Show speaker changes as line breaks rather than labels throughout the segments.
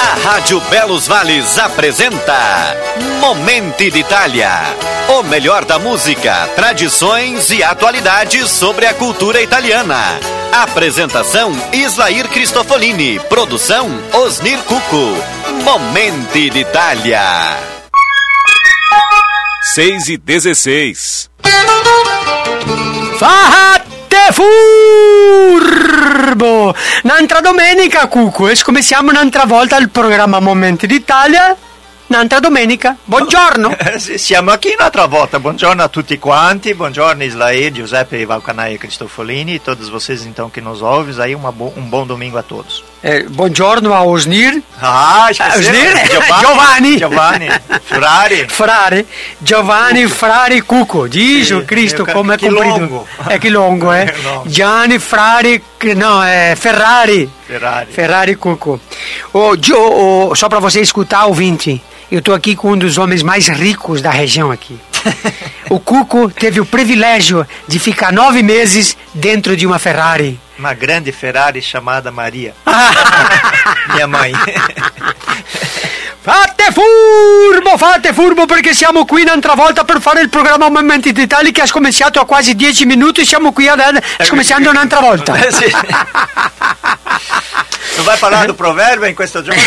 A Rádio Belos Vales apresenta Momenti d'Italia. O melhor da música, tradições e atualidades sobre a cultura italiana. Apresentação Islair Cristofolini. Produção Osnir Cuco. Momenti d'Italia.
6:16.
Fate furbo! Un'altra domenica, Cuco, e scommessiamo un'altra volta il programma Momenti d'Italia. Un'altra domenica, buongiorno!
Siamo aqui un'altra volta, buongiorno a tutti quanti, buongiorno Islair, Giuseppe Valcanai e Cristofolini, e todos vocês então que nos ouvem, aí um bom domingo a todos.
Buongiorno a Osnir.
Osnir? Giovanni.
Frare. Giovanni Frare Cuco. Gesù Cristo, come è comprido. Che longo, Gianni Frare, Ferrari. Ferrari Cuco. Só para você escutar, ouvinte, eu estou aqui com um dos homens mais ricos da região aqui. O Cuco teve o privilégio de ficar 9 meses dentro de uma Ferrari.
Uma grande Ferrari chamada Maria. Minha mãe.
Fate furbo perché siamo qui un'altra volta per fare il programma Momenti d'Italia che ha scominciato a quasi 10 minuti e siamo qui adesso scominciando un'altra volta.
Sì. Non vai parlare do proverbio in questo giorno?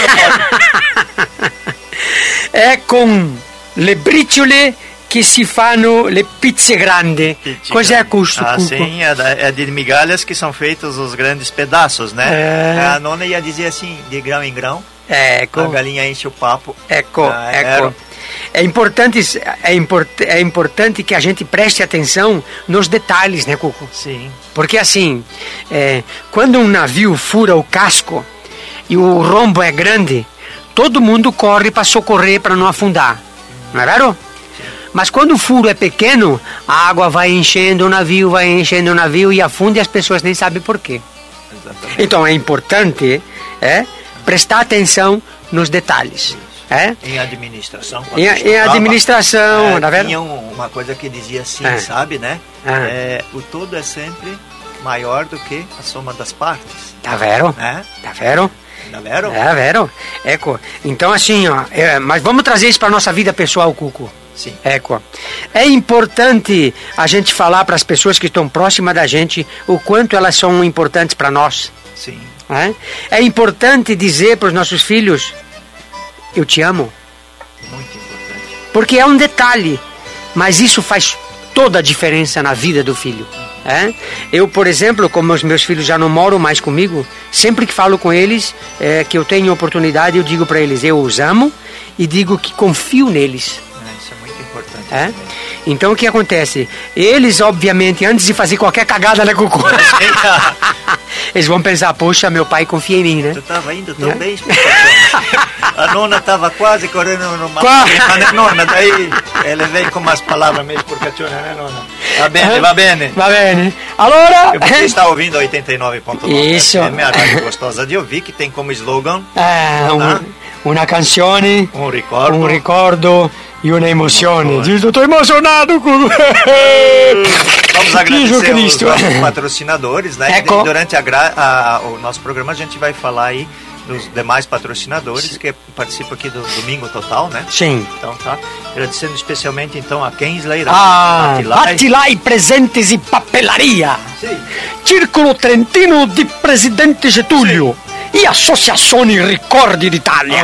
È con le briciole che si fanno le pizze grandi. Cos'è questo?
Sim, é de migalhas que são feitos os grandes pedaços, né? A nonna ia dizer assim, de grão em grão.
Ecco.
A galinha enche o papo.
Ecco. É importante que a gente preste atenção nos detalhes, né, Cuco?
Sim.
Porque assim, quando um navio fura o casco e o rombo é grande, todo mundo corre para socorrer para não afundar. Não é verdade? Mas quando o furo é pequeno, a água vai enchendo o navio e afunda e as pessoas nem sabem por quê. Exatamente. Então é importante prestar atenção nos detalhes.
Em administração.
Em administração, na verdade.
Tinha uma coisa que dizia assim, sabe, né? O todo é sempre maior do que a soma das partes.
Tá vero? Tá vero? É vero. Ecco. Então assim, mas vamos trazer isso para nossa vida pessoal, Cuco.
Sim.
Ecco. É importante a gente falar para as pessoas que estão próximas da gente o quanto elas são importantes para nós.
Sim.
É importante dizer para os nossos filhos: eu te amo.
Muito importante.
Porque é um detalhe, mas isso faz toda a diferença na vida do filho. Eu, por exemplo, como os meus filhos já não moram mais comigo, sempre que falo com eles, que eu tenho oportunidade, eu digo para eles: eu os amo e digo que confio neles.
Isso é muito importante.
Então o que acontece? Eles, obviamente, antes de fazer qualquer cagada na Cucu, eles vão pensar: poxa, meu pai confia em mim, né?
Tu estava indo tão bem, a nonna estava quase correndo no mar. Né, nonna? Daí ela veio com umas palavras meio porcaccione, né, nonna? Va bene.
Allora,
você está ouvindo 89.9.
Isso.
É minha rádio gostosa de ouvir, que tem como slogan
una canzone,
un
ricordo e una emozione. Estou emocionado com...
Vamos agradecer os nossos patrocinadores, né? Durante o nosso programa a gente vai falar aí dos demais patrocinadores que participam aqui do Domingo Total, né?
Sim.
Então tá. Agradecendo especialmente então a Kensley,
Attilai Presentes e Papelaria.
Sim.
Circolo Trentino di Presidente Getúlio. Sim. E Associazioni Ricordi d'Italia.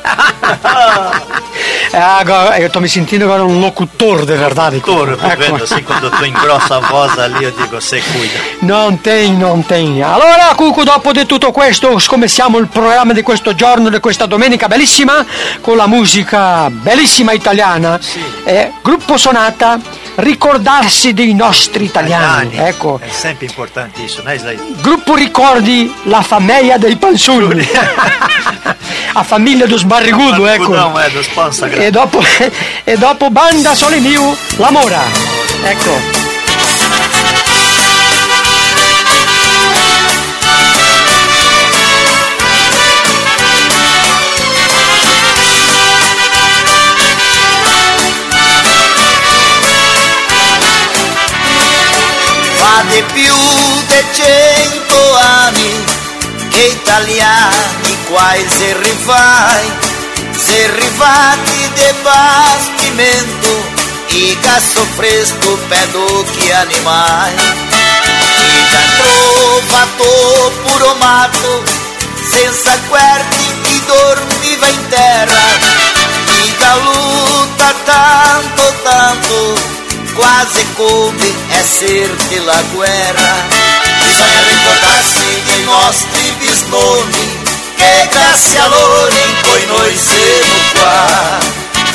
Agora, eu estou me sentindo agora um locutor de verdade.
Locutor, vendo assim, quando tu engrossa a voz ali, eu digo: você cuida.
Non tem. Allora, Cuco, dopo di tutto questo, scominciamo il programma di questo giorno, di questa domenica bellissima, con la musica bellissima italiana.
Sì.
Gruppo Sonata, ricordarsi dei nostri italiani. Ecco.
È sempre importante isso, né, Slair?
Gruppo Ricordi, la famiglia dei panzulli. A famiglia dos barrigudo, ecco.
Não, dos panza grande.
E dopo Banda Soliniu, l'Amora. Ecco.
Fa di più di 100 anni che italiani quasi arrivati de bastimento e gasto fresco pedo que animais e da trovato puro mato senza guardi e dormiva in terra e da luta tanto quase come essere la guerra. Bisogna ricordarsi dei nostri bisnonni che grazie a loro poi noi siamo qua.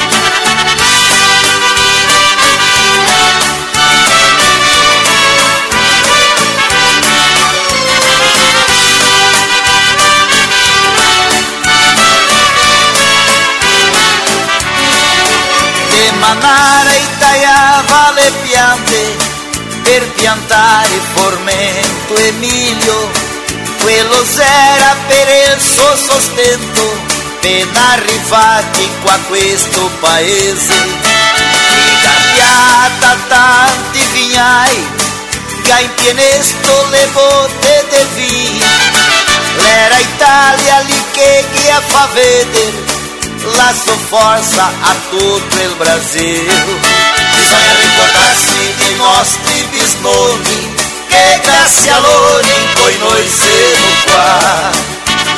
De manara e tagliava le piante per piantare formento e miglio, quello era per il suo sostento, ben arrivati qua a questo paese. Di cambiata tanti vignai, che ha impienesto le botte del vino, l'era Italia lì che fa vedere la sua forza a tutto il Brasil. Bisogna ricordarsi dei nostri bisnonni che grazie a loro poi noi siamo qua.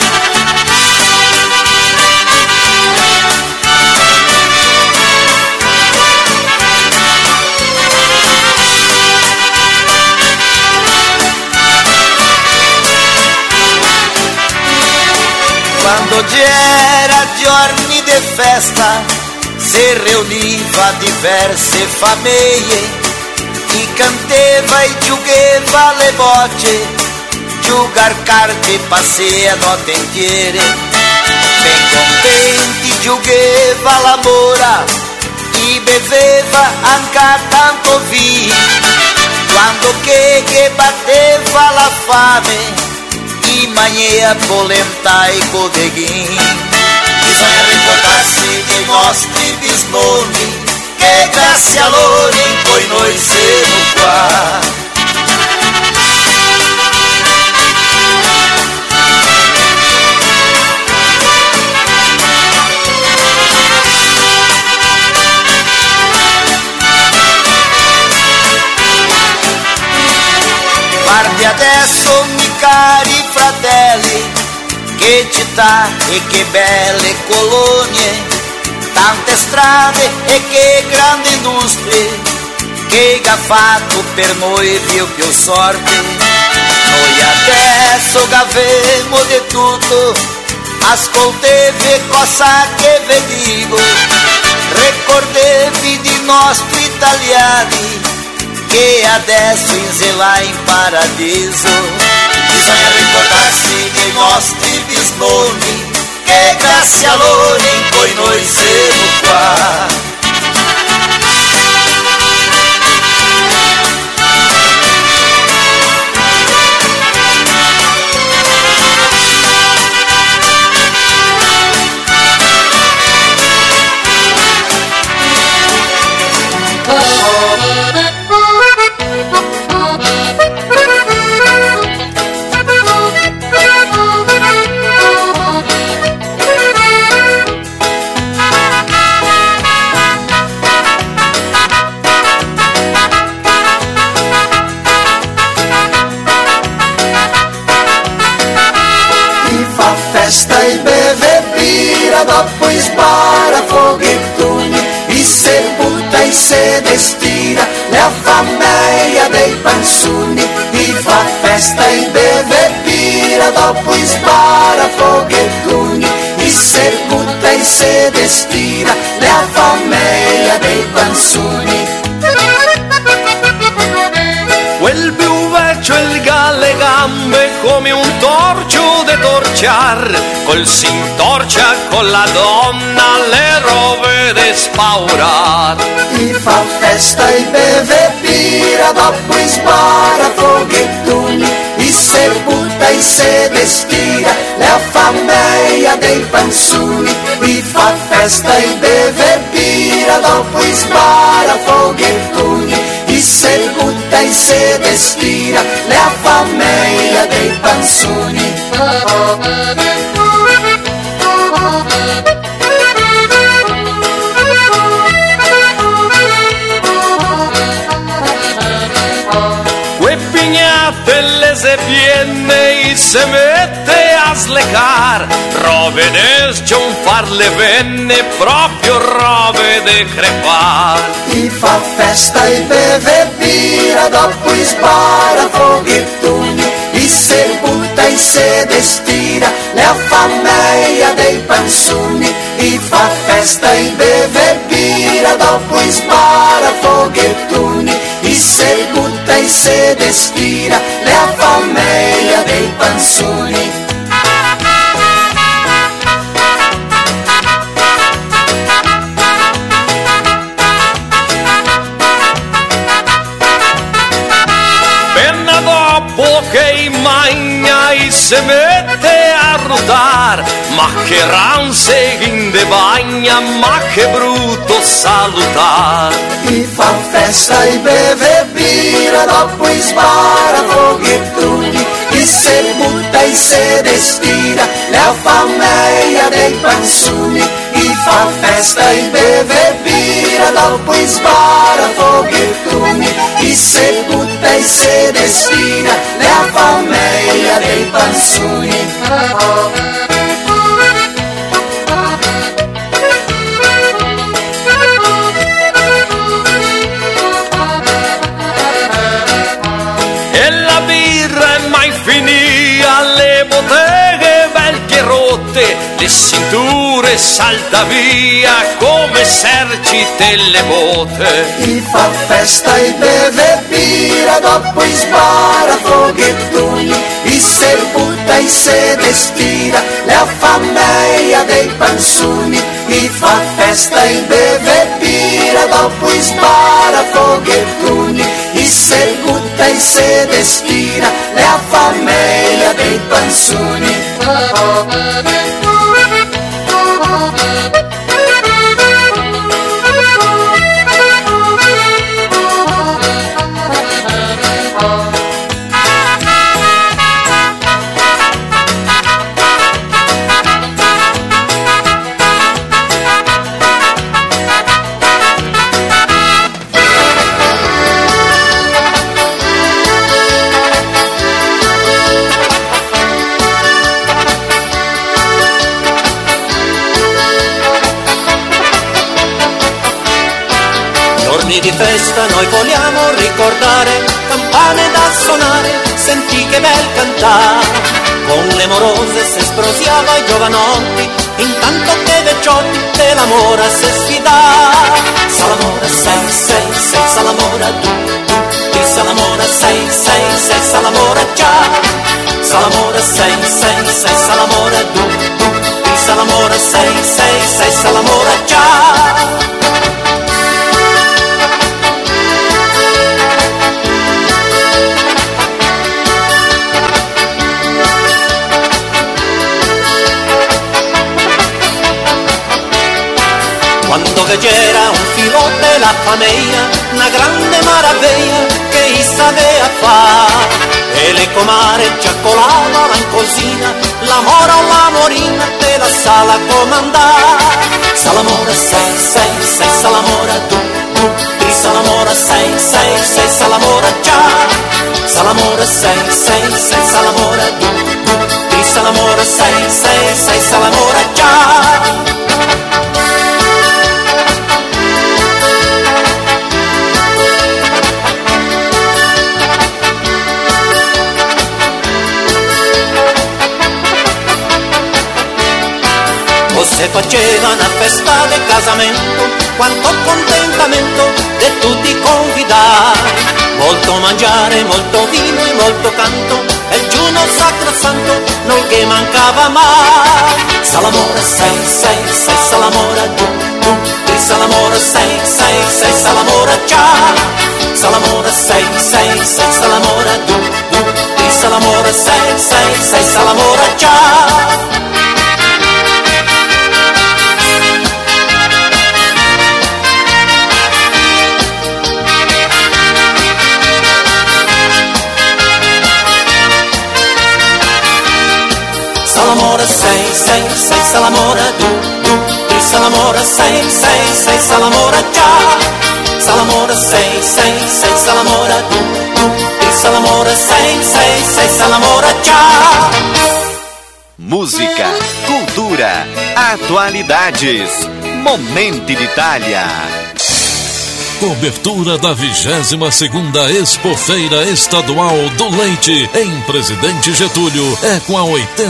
Quando c'era giorni di festa si riuniva diverse famiglie e cantava e giocava le voce, giocare carte passea notte intiere, ben contenti giocava l'amore e beveva anche tanto vino, quando che batteva la fame e manhã polenta e codeguinho. Bisogna ricordarsi dei nostri bisnonni che grazie a loro poi noi siamo qua. Guardi adesso mi cari fratelli, che città e che belle colonie, tante strade e che grandi industrie, che ha fatto per noi più sorte. Noi adesso avemo di tutto, ascoltevi cosa che vi dico, ricordevi di nostri italiani, che adesso in là in paradiso. Bisogna ricordarsi dei nostri bisnonni che grazie a loro poi noi siamo qua.
Festa e beve birra, dopo sbara foguettoni e se butta e se destira la famiglia dei panzoni. E fa festa e beve birra, dopo sbara foguettoni e se butta e se destira la famiglia dei panzoni.
Quel più vecchio il galle gambe come un torcio de torciar, col si intorcia con la donna le robe de spaurar.
E fa festa e beve birra, dopo sbara foguettoni e se butta e se destira la famiglia dei panzoni. E fa festa e beve birra, dopo sbara foguettoni e se butta e se destira la famiglia dei panzoni.
Se viene y se mette a slecar, robe de scionfar le venne, proprio robe de crepar.
I fa festa e beve birra, dopo spara foghettoni, e se butta e se destira la famiglia dei panzoni. I fa festa e beve birra, dopo spara foghettoni, e se butta e se destira la famiglia dei panzoni.
Appena dopo che magna e se mette a rodar, ma che ranze in de bagna, ma che brutto salutar.
I fa festa e beve birra, dopo spara foghettoni, e se butta e se destira la famiglia dei panzoni. I fa festa e beve birra, dopo spara foghettoni, e se butta e se destira la famiglia dei panzoni.
Le botteghe vecchie rotte, le cinture salta via come esercite le botte.
I fa festa e beve birra, dopo spara foghettoni, e se butta e se destira la famiglia dei panzoni. I fa festa e beve birra, dopo spara foghettoni, e se butta e se destira la famiglia dei panzoni.
Di festa noi vogliamo ricordare, campane da suonare, senti che bel cantare. Con le morose se sprosiava i giovanotti, intanto che vecchiotti dell'amore se sfidava. Salamora sei, sei, sei, salamora tu, di salamora sei, sei, sei, salamora già. Salamora sei, sei, sei, salamora tu, di salamora sei, sei, sei, salamora già. Quando che c'era un filo della famiglia, una grande maraviglia che i sapeva fare. E le comare giacolavano in cosina, l'amore o la morina della sala comandare. Salamora sei, sei, sei, salamora tu, di salamora sei, sei, sei, salamora già. Salamora sei, sei, sei, salamora tu, di salamora sei, sei, sei, salamora già. Se faceva una festa di casamento, quanto contentamento di tutti convidati. Molto mangiare, molto vino e molto canto, e il giorno sacrosanto non che mancava mai. Salamora sei, sei, sei, salamora tu, di salamora sei, sei, sei, salamora già. Salamora sei, sei, sei, salamora tu, di salamora sei, sei, sei, salamora già. salamora du, tri salamora sei, salamora già. Salamora sei, salamora du, tri salamora sei, salamora già.
Música, cultura, atualidades. Momento de Itália.
Cobertura da 22ª Expofeira Estadual do Leite em Presidente Getúlio é com a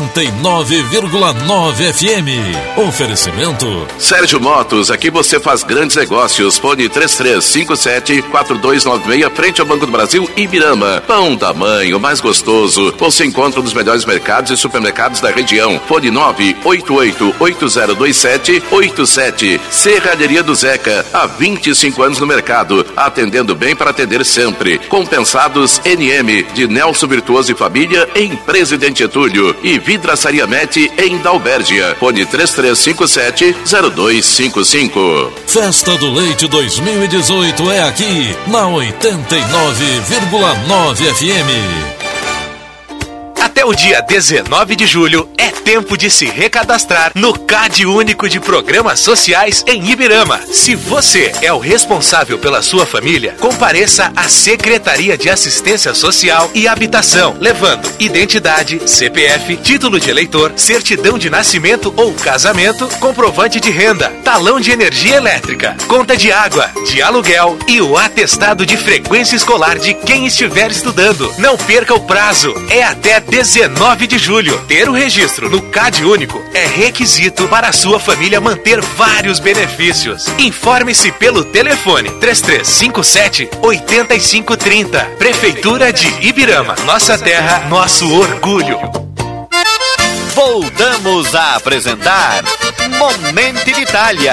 89,9 FM. Oferecimento
Sérgio Motos, aqui você faz grandes negócios. Fone 3357-4296, frente ao Banco do Brasil, Ibirama. Pão da mãe, o mais gostoso. Você encontra nos melhores mercados e supermercados da região. Fone 988-802787. Serralheria do Zeca, há 25 anos no mercado, atendendo bem para atender sempre. Compensados NM, de Nelson Virtuoso e Família, em Presidente Getúlio. E Vidraçaria Mete, em Dalbérgia. Fone 3357-0255.
Festa do Leite 2018 é aqui, na 89,9 FM.
Até o dia 19 de julho é tempo de se recadastrar no CAD Único de Programas Sociais em Ibirama. Se você é o responsável pela sua família, compareça à Secretaria de Assistência Social e Habitação, levando identidade, CPF, título de eleitor, certidão de nascimento ou casamento, comprovante de renda, talão de energia elétrica, conta de água, de aluguel e o atestado de frequência escolar de quem estiver estudando. Não perca o prazo, é até 19 de julho. Ter o registro no CAD Único é requisito para a sua família manter vários benefícios. Informe-se pelo telefone 3357-8530. Prefeitura de Ibirama. Nossa terra, nosso orgulho.
Voltamos a apresentar Momento de Itália.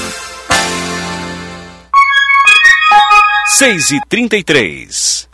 6h33.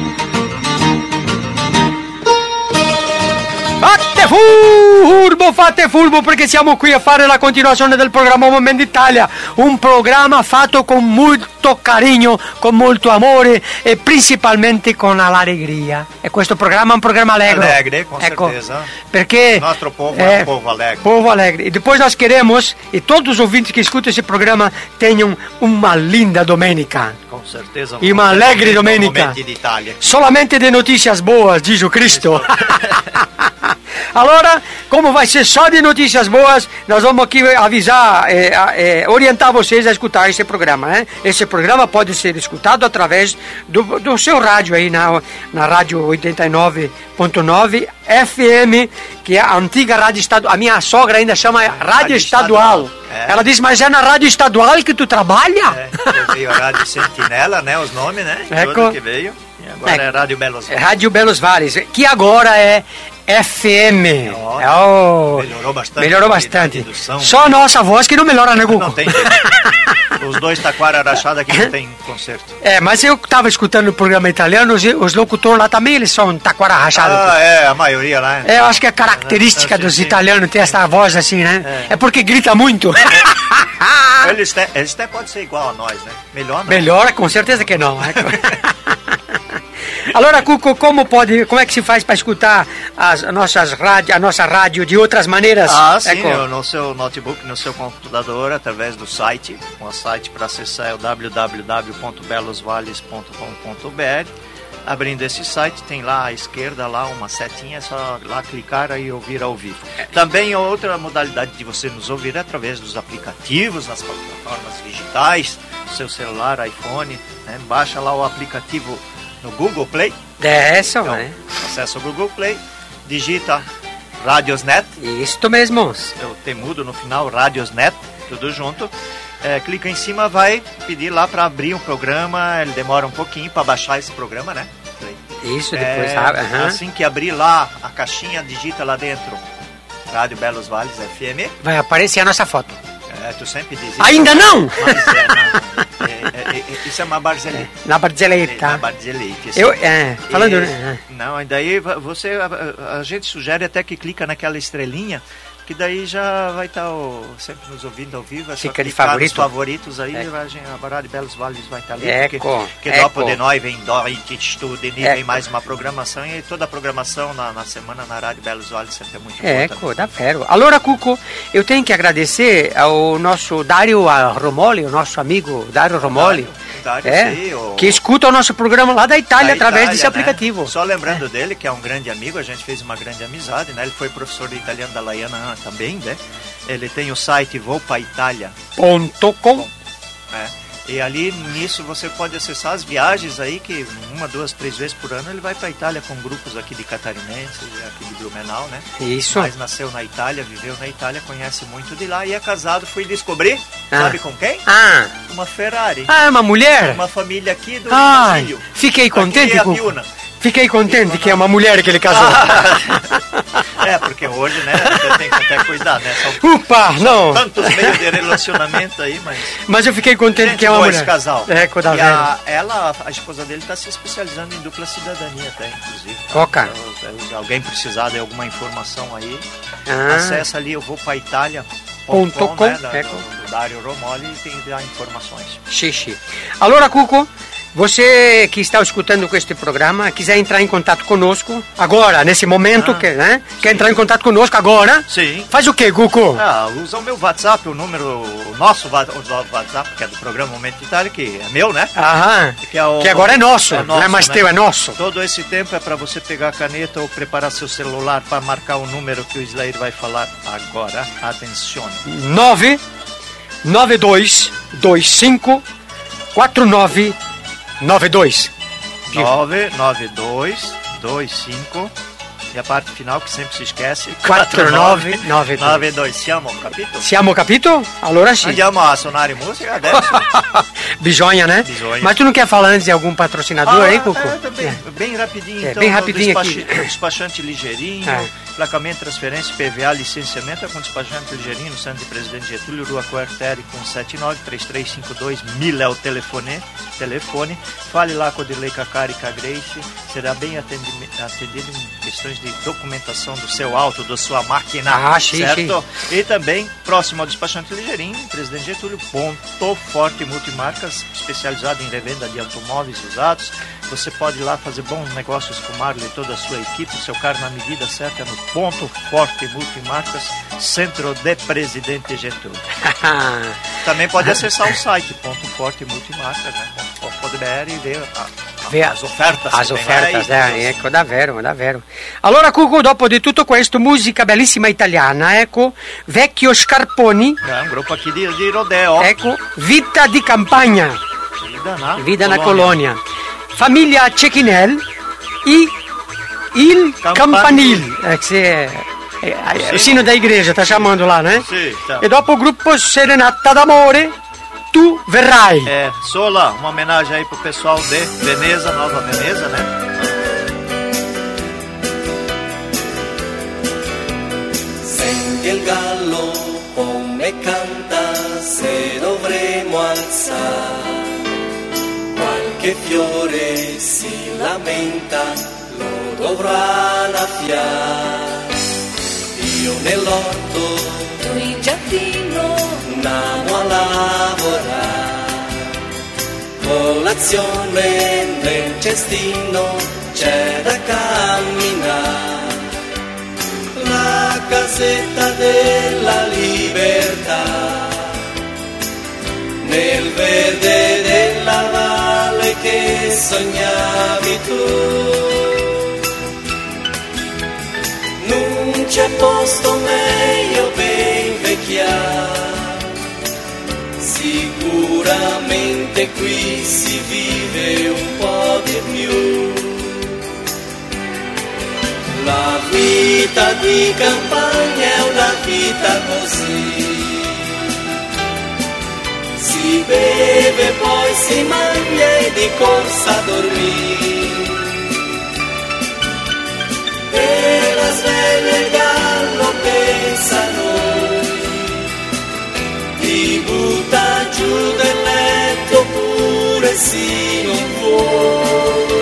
Fate furbo perché siamo qui a fare la continuazione del programma Momento d'Italia, un programma fatto con molto carinho, con molto amore e principalmente con allegria. E questo programma è un programma allegro.
Alegre, com certeza.
Perché
o nosso povo é um povo alegre.
Povo alegre. E depois nós queremos, e todos os ouvintes que escutam esse programa tenham uma linda domenica.
Com certeza.
E uma alegre domenica. Solamente de notícias boas, diz o Cristo. Allora, como vai ser só de notícias boas, nós vamos aqui avisar, orientar vocês a escutar esse programa. Esse programa pode ser escutado através do seu rádio aí na rádio 89.9 FM, que é a antiga rádio estadual. A minha sogra ainda chama rádio estadual. Ela diz, mas é na rádio estadual que tu trabalha?
Veio a rádio Sentinela, né? Os nomes, né? Tudo que veio. E agora é Rádio Belos Vales.
Rádio Belos Vales, que agora é FM. Melhorou bastante. Só a nossa voz que não melhora, né, Gugu?
Não tem jeito. Os dois taquara rachada que não tem conserto.
Mas eu estava escutando o programa italiano, os locutores lá também, eles são taquara rachada.
A maioria lá.
Eu acho que é característica dos italianos ter essa voz assim, né? É porque grita muito.
Eles até podem ser igual a nós, né? Melhor não.
Melhor, com certeza que não. Allora, Cuco, como é que se faz para escutar a nossa rádio de outras maneiras?
Sim, no seu notebook, no seu computador, através do site. O site para acessar é o www.belosvales.com.br. Abrindo esse site, tem lá à esquerda lá uma setinha, é só lá clicar e ouvir ao vivo. Também outra modalidade de você nos ouvir é através dos aplicativos, nas plataformas digitais, seu celular, iPhone, né? Baixa lá o aplicativo no Google Play.
Então, né?
Acessa o Google Play, digita Radiosnet.
Isso mesmo.
Tem mudo no final, Radiosnet, tudo junto. Clica em cima, vai pedir lá para abrir um programa. Ele demora um pouquinho para baixar esse programa, né?
Isso, depois
assim que abrir lá a caixinha, digita lá dentro Rádio Belos Vales FM.
Vai aparecer a nossa foto.
Tu sempre diz isso.
Ainda não?
Mas isso é uma barzelletta.
Na barzelletta.
Na barzelletta.
Falando...
Não, e daí a gente sugere até que clica naquela estrelinha, que daí já vai estar sempre nos ouvindo ao vivo.
Fica de favorito.
Favoritos aí, a Rádio Belos Vales vai estar ali. Porque
dopo
de nós vem Studio, vem mais uma programação, e toda a programação na semana na Rádio Belos Vales sempre é muito importante.
Davvero. Allora, Cuco, eu tenho que agradecer ao nosso Dario Romoli, o nosso amigo Dario Romoli, que escuta o nosso programa lá da Itália através desse aplicativo.
Só lembrando dele, que é um grande amigo, a gente fez uma grande amizade, né? Ele foi professor de italiano da Laiana também, né? Ele tem o site voupaitalia.com. E ali nisso você pode acessar as viagens aí, que 1, 2, 3 vezes por ano ele vai para a Itália com grupos aqui de catarinenses, aqui de Blumenau, né?
Isso.
Mas nasceu na Itália, viveu na Itália, conhece muito de lá e é casado. Fui descobrir, sabe com quem? Uma Ferrari.
Uma mulher?
Uma família aqui do
Brasil. Fiquei contente com... Fiquei contente que é uma mulher que ele casou.
Porque hoje, né, você tem que até cuidar, né?
São
tantos meios de relacionamento aí,
mas eu fiquei contente que é uma mulher.
Esse casal.
A
esposa dele está se especializando em dupla cidadania até, inclusive.
Se
alguém precisar de alguma informação aí, acessa ali, eu vou para Itália.com, né, do Dario Romoli, e tem lá informações.
Xixi. Allora, Cuco, você que está escutando este programa, quiser entrar em contato conosco agora, nesse momento, quer entrar em contato conosco agora?
Sim.
Faz o quê, Cuco?
Usa o meu WhatsApp, o nosso WhatsApp, que é do programa Momento Itália, que é meu, né?
Que agora é nosso, não é mais teu, é nosso.
Todo esse tempo é para você pegar a caneta ou preparar seu celular para marcar o número que o Slair vai falar agora. Atenção.
99225 4992
99225 e a parte final que sempre se esquece
4992.
Siamo capito?
Allora sì.
Andiamo a suonare música adesso.
Bisogna, né? Mas tu não quer falar antes de algum patrocinador aí, Cuco?
Bem rapidinho, então.
Bem rapidinho aqui.
Despachante Ligeirinho, placamento, transferência, PVA, licenciamento é com despachante Ligeirinho, no centro de Presidente Getúlio, Rua Quartieri, com 79-3352-1000 é o telefone. Fale lá com o Dirley Cacari e com a Grace, será bem atendido em questões de documentação do seu auto, da sua máquina, certo? E também, próximo ao despachante Ligeirinho, Presidente Getúlio, Ponto Forte Multimarcas, especializado em revenda de automóveis usados. Você pode ir lá fazer bons negócios com o Marlon e toda a sua equipe. O seu carro na medida certa é no Ponto Forte Multimarcas, Centro de Presidente Getúlio. Também pode acessar o site Ponto Forte Multimarcas, né? .com.br e ver as ofertas.
As ofertas, ecco, davvero. Allora, Cuco, dopo di tutto questo, musica bellissima italiana, ecco, Vecchio Scarponi.
Un gruppo aqui di Rodeo.
Ecco, Vita di Campagna. Vida na Colônia. Famiglia Cecchinel e il Campanile. O sino da igreja, tá chamando lá, né?
Sì, tá.
E dopo o gruppo Serenata d'Amore, Tu Verrai.
Sola, uma homenagem aí pro pessoal de Veneza, Nova Veneza, né?
Senti il gallo come canta, se dovremo alzare qualche fiore si lamenta, lo dovrà annaffiare. Io nell'orto,
tu in giardino,
andiamo a lavorare. Colazione nel cestino, c'è da camminare. La casetta della libertà, nel verde della valle che sognavi tu. Non c'è posto meglio per invecchiare, sicuramente qui si vive un po' di più. La vita di campagna è una vita così, si beve poi si mangia e di corsa a dormire. E la sveglia il gallo pensa a noi, ti butta giù del letto pure se non vuoi.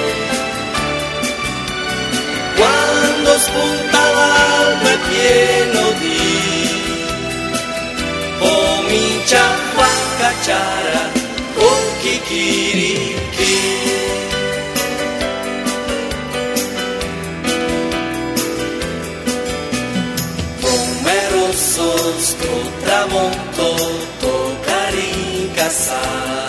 Quando spunta l'alba è pieno di
comincia a cacciare con chicchirichi. Come rosso sto tramonto toccare in casa,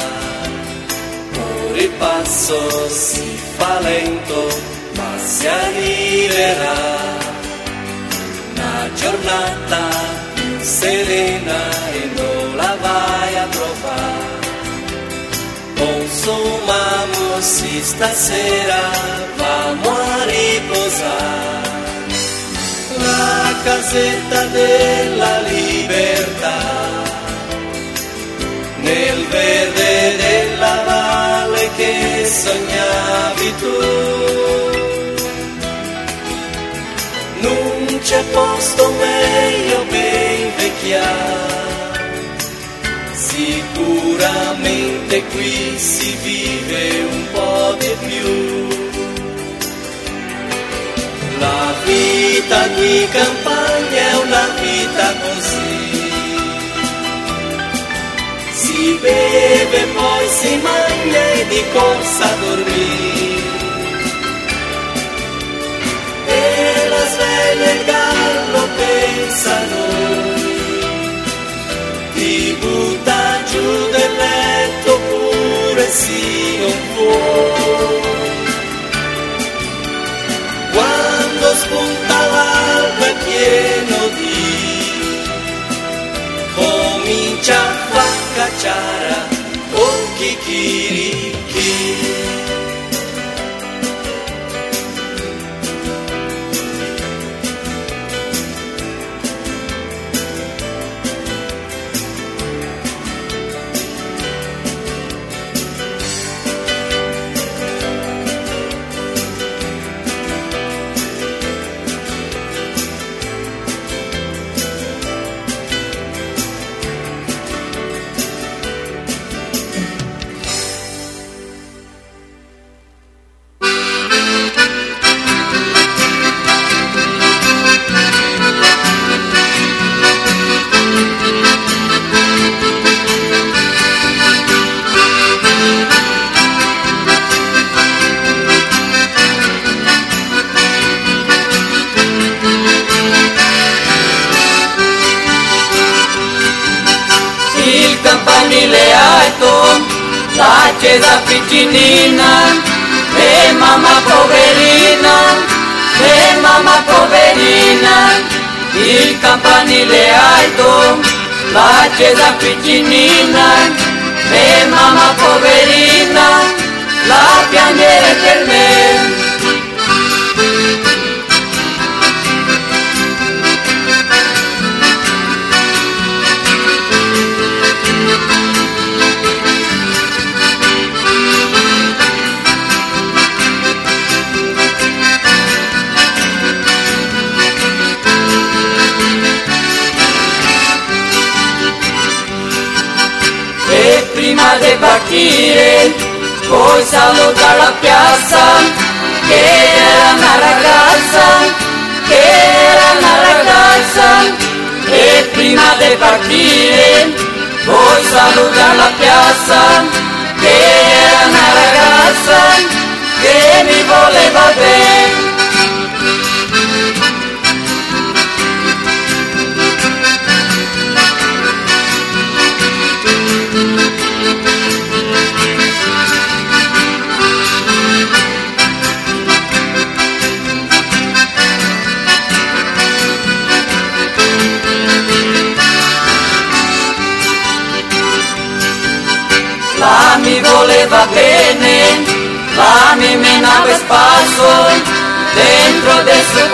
il passo si fa lento ma si arriverà. Una giornata più serena e non la vai a trovare. Consumiamoci stasera, vamo a riposare. La casetta della libertà, nel verde della valle che sognavi tu. Non c'è posto meglio per invecchiare, sicuramente qui si vive un po' di più. La vita di campagna è una vita così, si beve poi si mangia e di corsa dormire. E la sveglia il gallo pensa a noi, ti butta giù del letto pure se non puoi. Quando spunta l'alba è pieno di, comincia a cacciare con chicchirichi.
La chiesa piccinina, e mamma poverina, il campanile alto, la chiesa piccinina, e mamma poverina, la piangere per me. Prima di partire, poi saluta la piazza, che era una ragazza, e prima di partire, poi saluta la piazza, che era una ragazza, che mi voleva bene. La mi voleva bene, la mi menava spasso, dentro del suo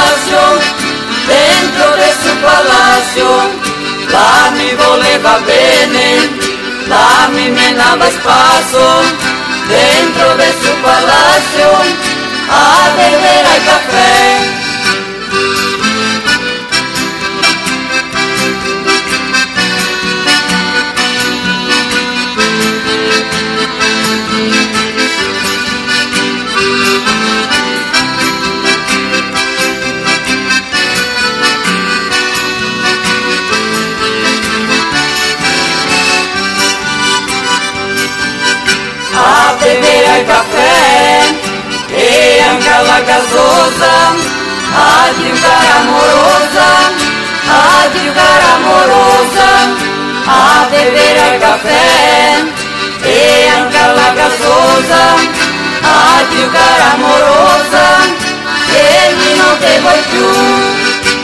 palazzo, la mi voleva bene, la mi menava spasso, dentro del suo palazzo, a bere il caffè. aquela gasosa, adio cara amorosa, adio cara amorosa, a beber al café e aquela gasosa, adio cara amorosa, egli non te vuoi più.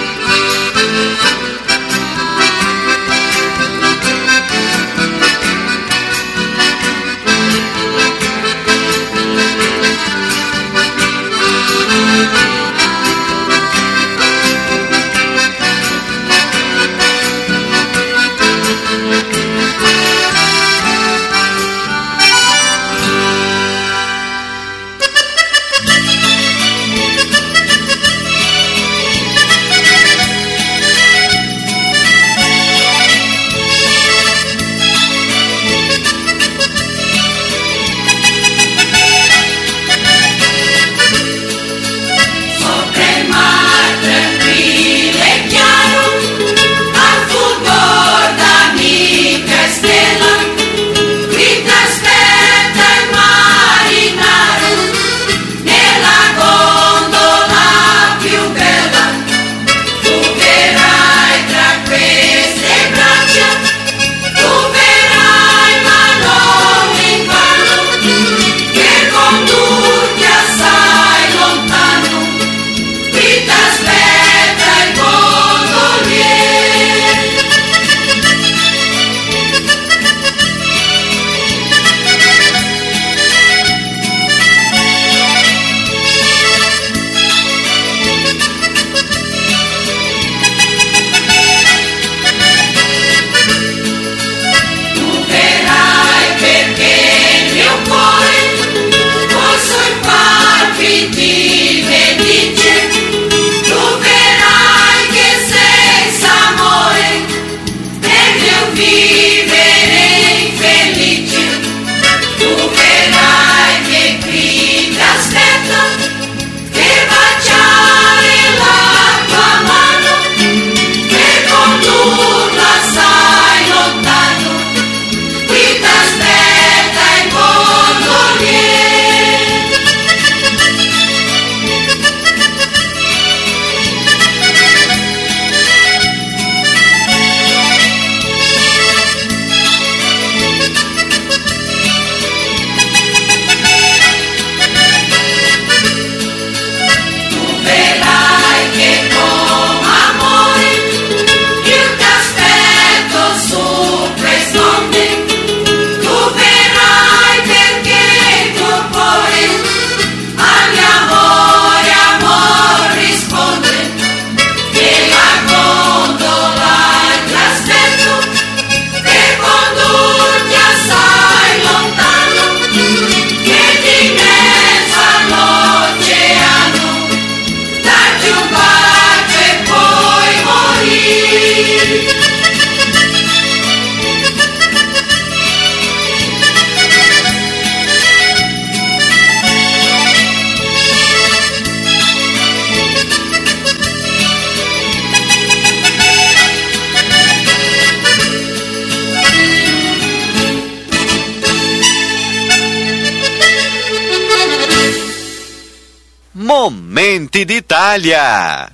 Momenti d'Italia.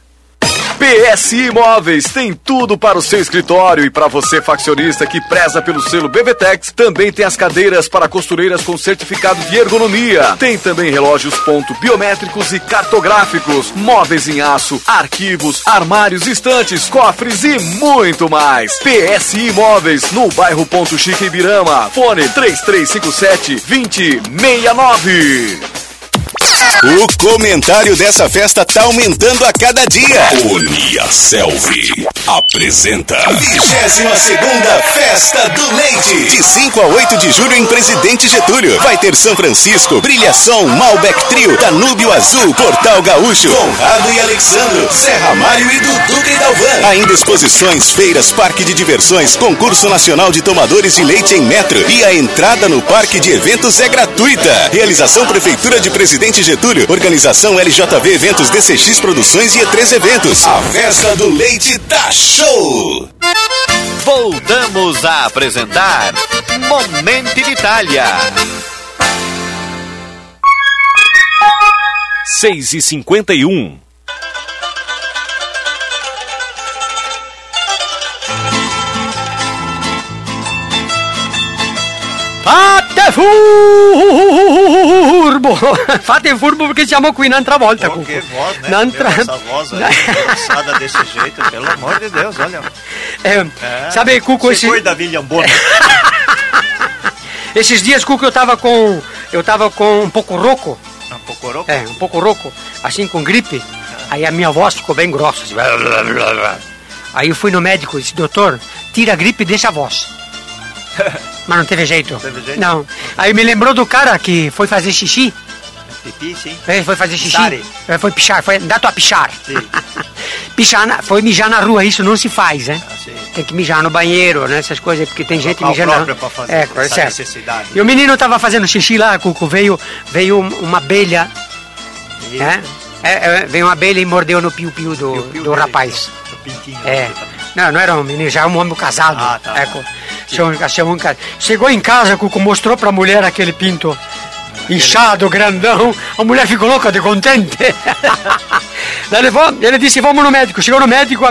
PSI Imóveis tem tudo para o seu escritório e para você faccionista que preza pelo selo BVTEX, também tem as cadeiras para costureiras com certificado de ergonomia. Tem também relógios ponto biométricos e cartográficos, móveis em aço, arquivos, armários, estantes, cofres e muito mais. PSI Imóveis no bairro Ponto Chique Ibirama. Fone 3357-2069.
O comentário dessa festa tá aumentando a cada dia.
Uniaselv apresenta
22ª Festa do Leite. De 5 a 8 de julho em Presidente Getúlio. Vai ter São Francisco, Brilhação, Malbec Trio, Danúbio Azul, Portal Gaúcho, Conrado e Alexandro, Serra Mário e Dudu e Dalvan. Ainda exposições, feiras, parque de diversões, concurso nacional de tomadores de leite em metro. E a entrada no parque de eventos é gratuita. Realização Prefeitura de Presidente Getúlio. Organização LJV Eventos, DCX Produções e E3 Eventos. A Festa do Leite tá show!
Voltamos a apresentar Momenti d'Italia.
6h51.
Fate furbo perché siamo qui un'altra volta.
Pô, que voz, né? Essa voz aí, engraçada desse jeito, pelo amor de Deus, olha.
Sabe, Cuco,
Você cuida, William Bonner.
Esses dias, Cuco, eu tava com um pouco rouco.
Um pouco rouco?
Um pouco rouco, assim, com gripe. Aí a minha voz ficou bem grossa. Assim. Aí eu fui no médico e disse, doutor, tira a gripe e deixa a voz. Mas não teve jeito. Não. Aí me lembrou do cara que foi fazer xixi.
Pipi, sim.
Foi fazer xixi. Foi pichar, foi andar a pichar. Sim. Foi mijar na rua, isso não se faz, né? Tem que mijar no banheiro, né? Essas coisas, porque tem gente mijando.
Pra fazer essa necessidade.
E o menino tava fazendo xixi lá, Cuco, veio uma abelha. Veio uma abelha e mordeu no piu-piu do rapaz.
Do pintinho.
Não era um menino, já é um homem casado.
Tá.
Chegou em casa, Cuco, mostrou pra mulher aquele pinto inchado, grandão. A mulher ficou louca de contente. Ele disse, vamos no médico. Chegou no médico,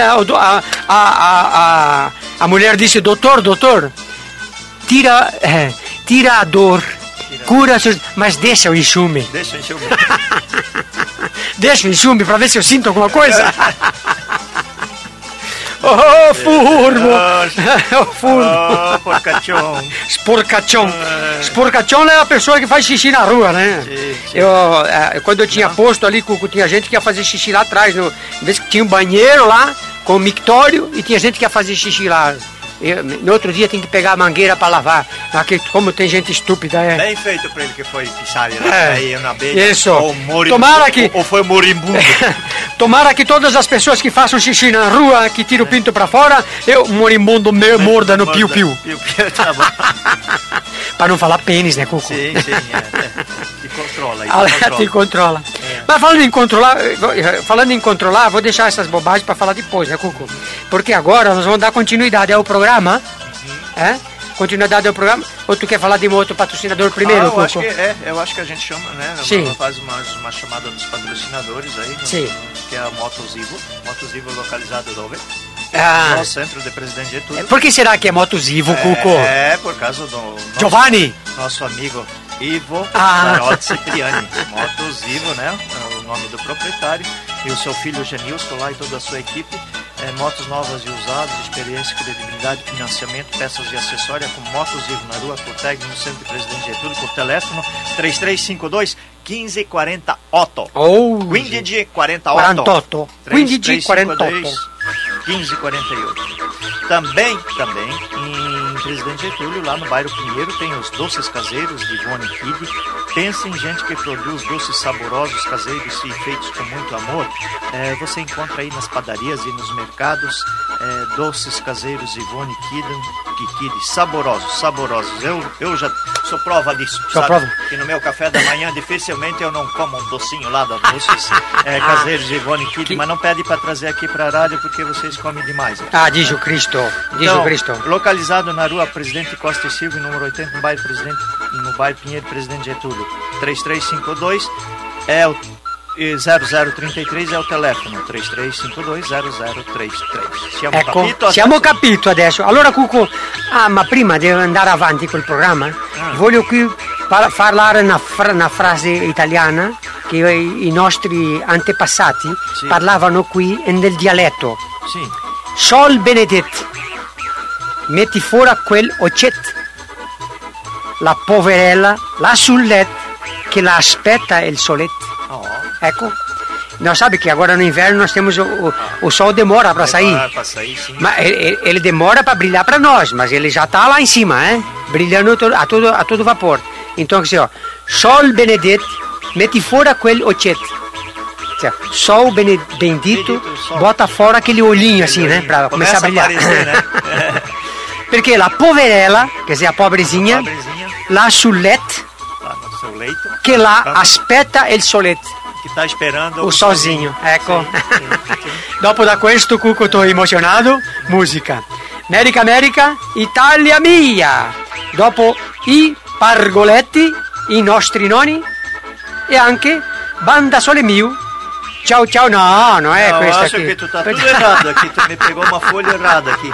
a mulher disse, doutor, tira a dor, cura, mas deixa o enxume. Deixa o enxume pra ver se eu sinto alguma coisa. Oh, furbo!
Porcachão.
Sporcachão é a pessoa que faz xixi na rua, né? Sim. Quando eu tinha posto ali, tinha gente que ia fazer xixi lá atrás. Tinha um banheiro lá, com mictório, e tinha gente que ia fazer xixi lá. No outro dia tem que pegar a mangueira para lavar. Como tem gente estúpida,
Bem feito para ele que foi pichar aí na abelha.
Isso.
Ou foi moribundo.
Tomara que todas as pessoas que façam xixi na rua, que tiram o pinto para fora, moribundo morda no piu-piu.
Tá bom.
Para não falar pênis, né, Cuco?
Sim. Te controla.
Te controla. Mas falando em controlar, vou deixar essas bobagens para falar depois, né, Cuco? Porque agora nós vamos dar continuidade ao programa. Continuidade ao programa. Ou tu quer falar de um outro patrocinador primeiro, Cuco?
Eu acho que a gente chama, né?
Sim.
Faz uma chamada dos patrocinadores aí.
Sim.
Que é a Motos-Ivo localizada no centro de Presidente Getúlio.
Por que será que é Motos-Ivo, Cuco?
Por causa do
Giovanni!
Nosso amigo Ivo Garotti Cipriani. Motos-Ivo, né? É o nome do proprietário. E o seu filho Genilson lá e toda a sua equipe. Motos novas e usadas, experiência, credibilidade, financiamento, peças de acessória com Motos-Ivo na rua Corteg, no centro de Presidente Getúlio, por teléfono 3352 1540 Otto. 1540 Otto.
1540
1548. Também em Presidente Getúlio, lá no bairro Pinheiro, tem os doces caseiros de Ivone Kid. Pensa em gente que produz doces saborosos, caseiros e feitos com muito amor. Você encontra aí nas padarias e nos mercados doces caseiros de Ivone Kid, saborosos. Eu já sou prova disso, sabe? Que no meu café da manhã dificilmente eu não como um docinho lá da doces caseiros de Ivone Kid, mas não pede para trazer aqui para a rádio porque vocês comem demais.
Diz o Cristo.
Localizado na rua Presidente Costa e Silva, número 80, no bairro Pinheiro, Presidente Getúlio. 3352 é o 0033 é o telefono, 3352-0033.
Siamo capito adesso. Allora, Cuco, ma prima di andare avanti col programma, voglio qui parlare una frase italiana che i nostri antepassati parlavano qui nel dialetto. Sol benedetto, metti fuori quel occetto, la poverella là sul letto che la aspetta il soletto. Ecco, não sabe que agora no inverno nós temos o sol demora para sair. Mas ele demora para brilhar para nós, mas ele já está lá em cima, brilhando a todo vapor. Então assim, sol benedetto, metti fora quel occetto. Sol bendito, bota fora aquele olhinho assim, né, para começar a brilhar. Porque la poverella, quer dizer, a pobrezinha, lá sul letto, que lá aspetta il soletto.
Que está esperando
o solzinho. Ecco. Dopo da questo, Cuco, estou emozionado. Musica. America, Italia mia. Dopo i pargoletti, i nostri nonni, e anche Banda Sole Mio. Ciao ciao, no, non è questa
acho
aqui.
que tu tá tudo errado aqui, tu me pegou uma folha errada aqui.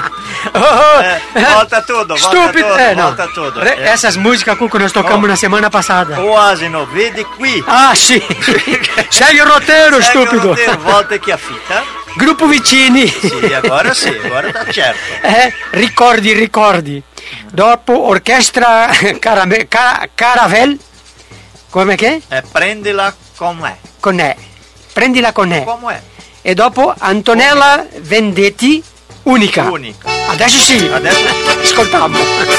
Volta tudo,
Stupido,
volta tudo.
Essas músicas que nós tocamos na semana passada.
O Asino, vedi qui.
Ah, sì. Segue o roteiro, stupido.
O roteiro, volta aqui a fita.
Gruppo Vicini.
Sì, agora tá certo.
Ricordi. Dopo Orchestra Caravel. Come che?
Prendila com'è.
Prendila con me.
Come è?
E dopo Antonella Vendetti, Unica. Adesso sì. Ascoltiamo.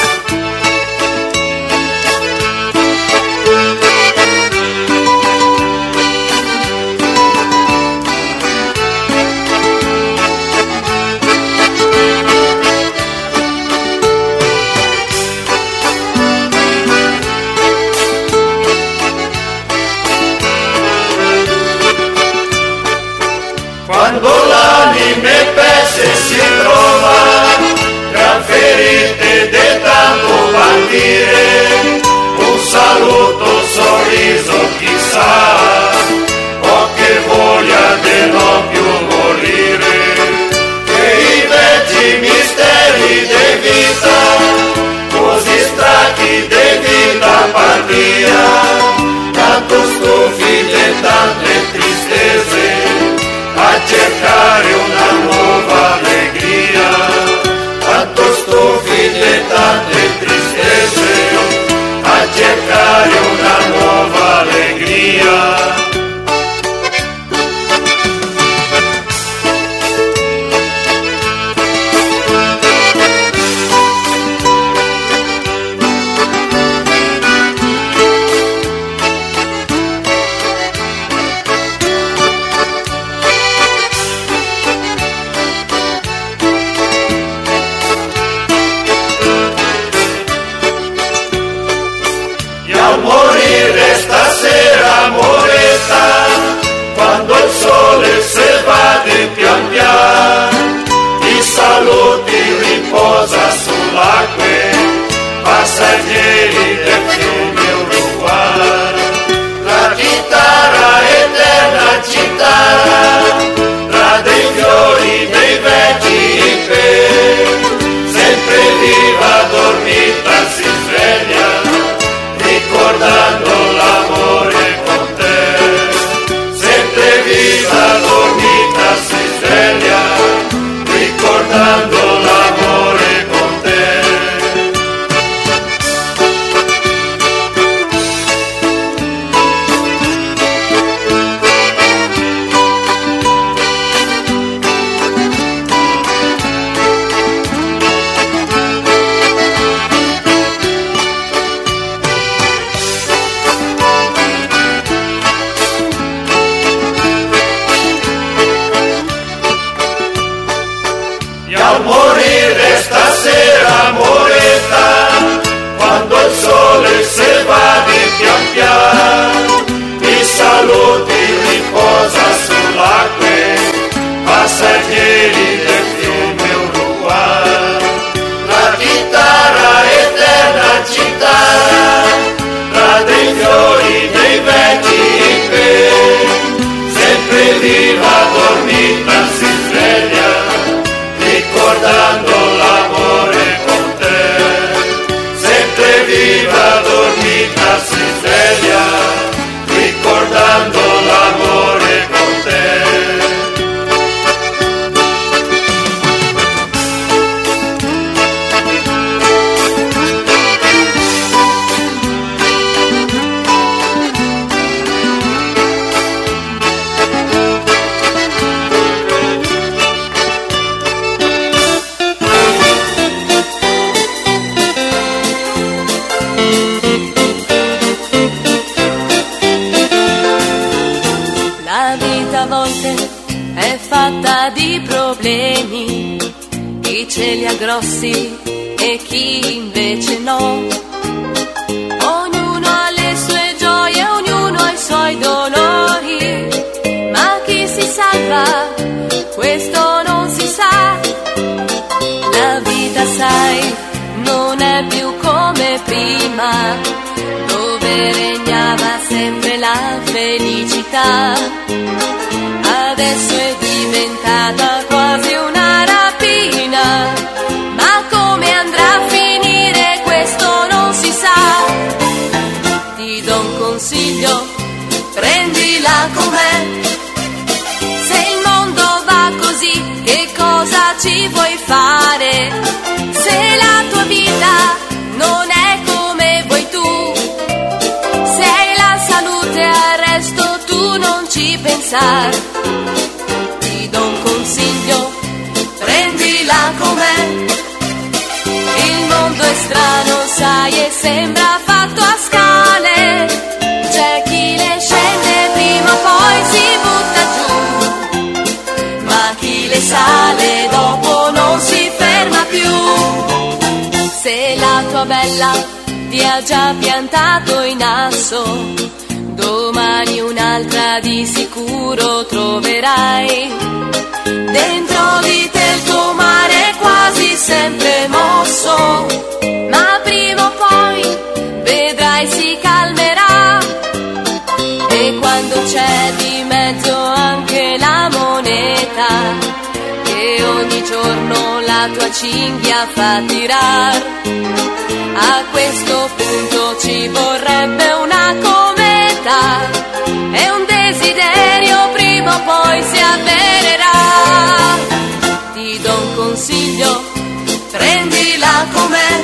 Quando l'anime pesse si trova tra ferite di tanto partire, un saluto, un sorriso chissà, o che voglia di non più morire, e i vecchi misteri di vita, così strati di vita partia, tanto stufi di tante tristezze, a cercare una nuova allegria, tanto stufi di tante tristezze, a cercare una nuova allegria. Stasera moretta, quando il sole se va di pian pian, i saluti riposa sull'acque, passeggeri del fiume Uruguay. La chitarra eterna chitarra, tra dei fiori dei vecchi ipè, sempre viva dormita si sveglia, ricordando l'amore con te, sempre viva dormita si sveglia, ricordando l'amore con te. Al morire stasera moretta, quando il sole se va di pian pian, i saluti riposa sull'acque, passeggeri del fiume Uruguay. La chitarra eterna chitarra, tra dei fiori dei vecchi ipè, sempre viva dormita si sveglia, ricordando l'amore con te, sempre viva dormita si sveglia, ricordando l'amore con te.
Fatta di problemi, chi ce li ha grossi e chi invece no. Ognuno ha le sue gioie, ognuno ha i suoi dolori, ma chi si salva, questo non si sa. La vita, sai, non è più come prima, dove dove regnava sempre la felicità, adesso è diventata quasi una rapina, ma come andrà a finire questo non si sa. Ti do un consiglio, prendila com'è, se il mondo va così che cosa ci vuoi fare? Se la tua vita non è come vuoi tu, se hai la salute al resto tu non ci pensar. Ti do un consiglio, prendila com'è, il mondo è strano sai e sembra fatto a scale, c'è chi le scende prima poi si butta giù, ma chi le sale dopo non si ferma più. Se la tua bella ti ha già piantato in asso, domani un'altra di sicuro troverai. Dentro di te il tuo mare è quasi sempre mosso, ma prima o poi vedrai si calmerà. E quando c'è di mezzo anche la moneta, che ogni giorno la tua cinghia fa tirar, a questo punto ci vorrebbe una cometa e un desiderio prima o poi si avvererà. Ti do un consiglio, prendila com'è,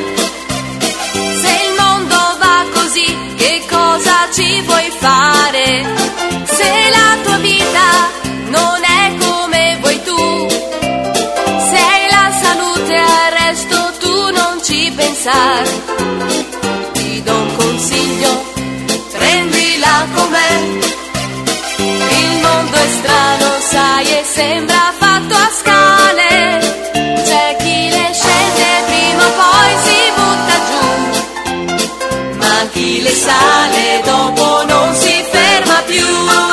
se il mondo va così che cosa ci vuoi fare? Se la tua vita non è come vuoi tu, se hai la salute al resto tu non ci pensar. Ti do un consiglio, prendila com'è, il mondo è strano sai e sembra fatto a scale, c'è chi le scende prima poi si butta giù, ma chi le sale dopo non si ferma più.